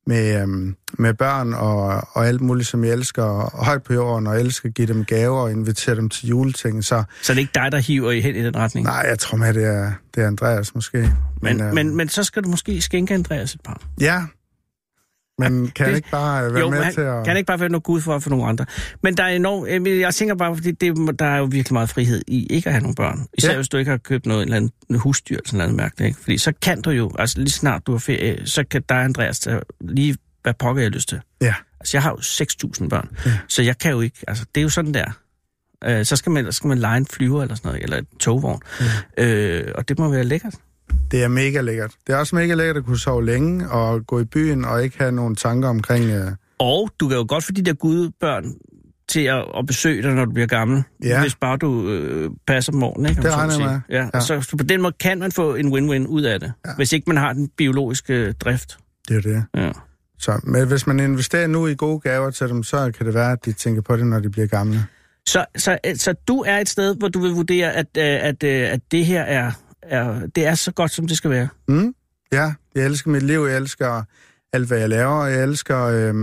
Speaker 10: med børn og alt muligt, som jeg elsker højt på jorden, og elsker at give dem gaver og invitere dem til juleting. Så
Speaker 3: det er ikke dig, der hiver i hen i den retning?
Speaker 10: Nej, jeg tror med, det er Andreas måske.
Speaker 3: Men så skal du måske skænke Andreas et par.
Speaker 10: Ja, men kan han ikke bare være med til at...
Speaker 3: Kan han ikke bare være noget gud for nogle andre? Men der er enormt... Jeg tænker bare, fordi der er jo virkelig meget frihed i ikke at have nogle børn. Især hvis du ikke har købt noget, en eller anden husdyr, eller sådan noget mærke, ikke? Fordi så kan du jo, altså lige snart du har ferie, så kan der Andreas tage lige, hvad pokker jeg har lyst til.
Speaker 10: Ja.
Speaker 3: Altså jeg har jo 6.000 børn, så jeg kan jo ikke... Altså det er jo sådan der. Så skal man leje en flyver eller sådan noget, eller et togvogn. Og det må være lækkert.
Speaker 10: Det er mega lækkert. Det er også mega lækkert at kunne sove længe og gå i byen og ikke have nogen tanker omkring...
Speaker 3: Og du kan jo godt få de der gudbørn til at besøge dig, når du bliver gammel. Ja. Hvis bare du passer dem ordentligt, ikke?
Speaker 10: Det regner jeg med.
Speaker 3: Ja. Så på den måde kan man få en win-win ud af det, hvis ikke man har den biologiske drift.
Speaker 10: Det er det.
Speaker 3: Ja.
Speaker 10: Men hvis man investerer nu i gode gaver til dem, så kan det være, at de tænker på det, når de bliver gamle.
Speaker 3: Så du er et sted, hvor du vil vurdere, at det her det er så godt, som det skal være?
Speaker 10: Ja, jeg elsker mit liv, jeg elsker alt, hvad jeg laver, og jeg elsker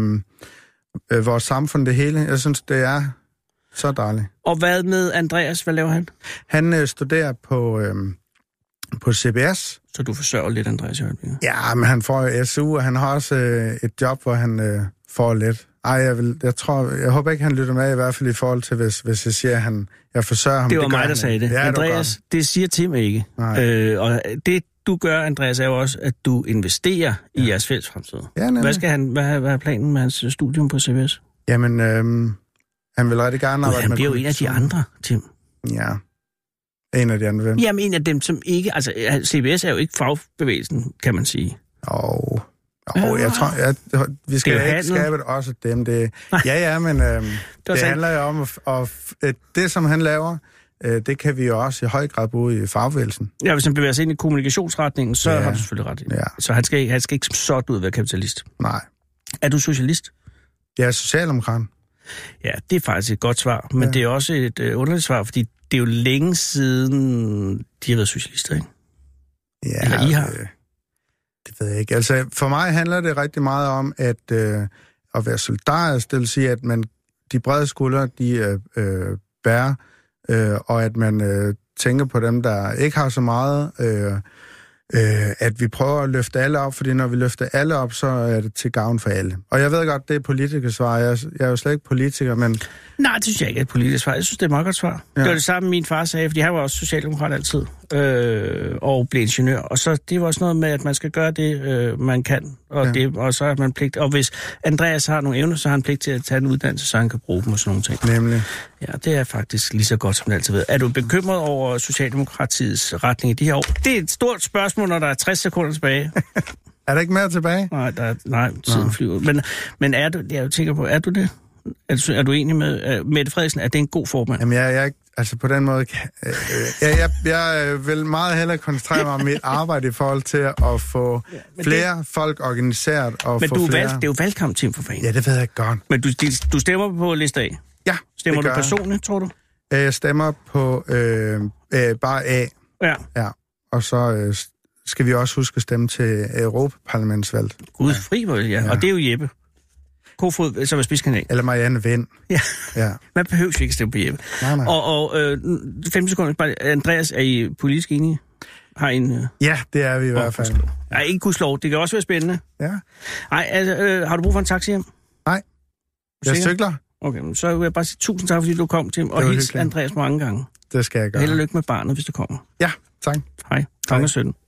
Speaker 10: vores samfund, det hele. Jeg synes, det er så dejligt.
Speaker 3: Og hvad med Andreas? Hvad laver han?
Speaker 10: Han studerer på CBS.
Speaker 3: Så du forsørger lidt, Andreas?
Speaker 10: Ja, men han får SU, og han har også et job, hvor han får lidt. Jeg håber ikke, han lytter med, i hvert fald i forhold til, hvis jeg siger, at jeg forsørger ham.
Speaker 3: Det var mig, der sagde det. Ja, Andreas, det siger Tim ikke. Og det, du gør, Andreas, er jo også, at du investerer i jeres fælles fremtid. Ja, hvad er planen med hans studium på CBS?
Speaker 10: Jamen, han vil rigtig gerne arbejde med...
Speaker 3: Han bliver jo en af de andre, Tim.
Speaker 10: Ja. En af de andre, hvem?
Speaker 3: Jamen, en af dem, som ikke... Altså, CBS er jo ikke fagbevægelsen, kan man sige.
Speaker 10: Jeg tror, vi skal ikke skabe også dem. Men det handler jo om, at det, som han laver, det kan vi jo også i høj grad bruge i fagbevægelsen. Ja,
Speaker 3: hvis han bevæger sig ind i kommunikationsretningen, så har du selvfølgelig ret i det. Ja. Så han skal ikke som sådan ud at være kapitalist.
Speaker 10: Nej.
Speaker 3: Er du socialist?
Speaker 10: Jeg er socialdemokrat.
Speaker 3: Ja, det er faktisk et godt svar, men det er også et underligt svar, fordi det er jo længe siden, de har været socialister, ikke?
Speaker 10: Ja,
Speaker 3: eller I har.
Speaker 10: Det ved jeg ikke. Altså, for mig handler det rigtig meget om at være solidarisk, det vil sige, at de brede skuldre, de bærer, og at man tænker på dem, der ikke har så meget, at vi prøver at løfte alle op, fordi når vi løfter alle op, så er det til gavn for alle. Og jeg ved godt, det er politikersvar. Jeg er jo slet ikke politiker, men...
Speaker 3: Nej, det synes jeg ikke er et politisk svar. Jeg synes, det er et meget godt svar. Ja. Det var det samme, min far sagde, fordi han var også socialdemokrat altid, og blev ingeniør. Og så det var også noget med, at man skal gøre det, man kan, og så er man pligt. Og hvis Andreas har nogle evner, så har han pligt til at tage en uddannelse, så han kan bruge dem og sådan nogle ting.
Speaker 10: Nemlig.
Speaker 3: Ja, det er faktisk lige så godt, som det altid ved. Er du bekymret over Socialdemokratiets retning i de her år? Det er et stort spørgsmål, når der er 60 sekunder tilbage.
Speaker 10: Er der ikke mere tilbage?
Speaker 3: Nej, tiden flyver. Men er du, jeg er jo tænker på, er du det? Er du enig med Mette Frederiksen, at det er en god formand?
Speaker 10: Jamen, jeg altså på den måde... jeg vil meget hellere koncentrere mig om mit arbejde i forhold til at få flere folk organiseret og
Speaker 3: men
Speaker 10: få flere...
Speaker 3: det er jo valgkamp, Tim, for fanden.
Speaker 10: Ja, det ved jeg godt.
Speaker 3: Men du stemmer på liste A?
Speaker 10: Ja,
Speaker 3: stemmer du personligt, tror du?
Speaker 10: Jeg stemmer på bare A. Ja. Og så skal vi også huske at stemme til Europaparlamentsvalget.
Speaker 3: Gud, frivalg, ja. Og det er jo Jeppe Kofod, som er spidskandidat.
Speaker 10: Eller Marianne Vind.
Speaker 3: Ja. Man behøver jo ikke stemme på Jeppe.
Speaker 10: Nej.
Speaker 3: Og 5 sekunder, Andreas, er I politisk enige? Har en...
Speaker 10: Ja, det er vi i hvert fald.
Speaker 3: Nej, ikke gudslov. Det kan også være spændende.
Speaker 10: Ja.
Speaker 3: Nej, altså, har du brug for en taxi hjem?
Speaker 10: Nej. Jeg cykler.
Speaker 3: Okay, så vil jeg bare sige 1000 tak, fordi du kom til, og hils Andreas mange gange.
Speaker 10: Det skal jeg gøre.
Speaker 3: Held og lykke med barnet, hvis det kommer.
Speaker 10: Ja, tak.
Speaker 3: Hej. Klokken 17.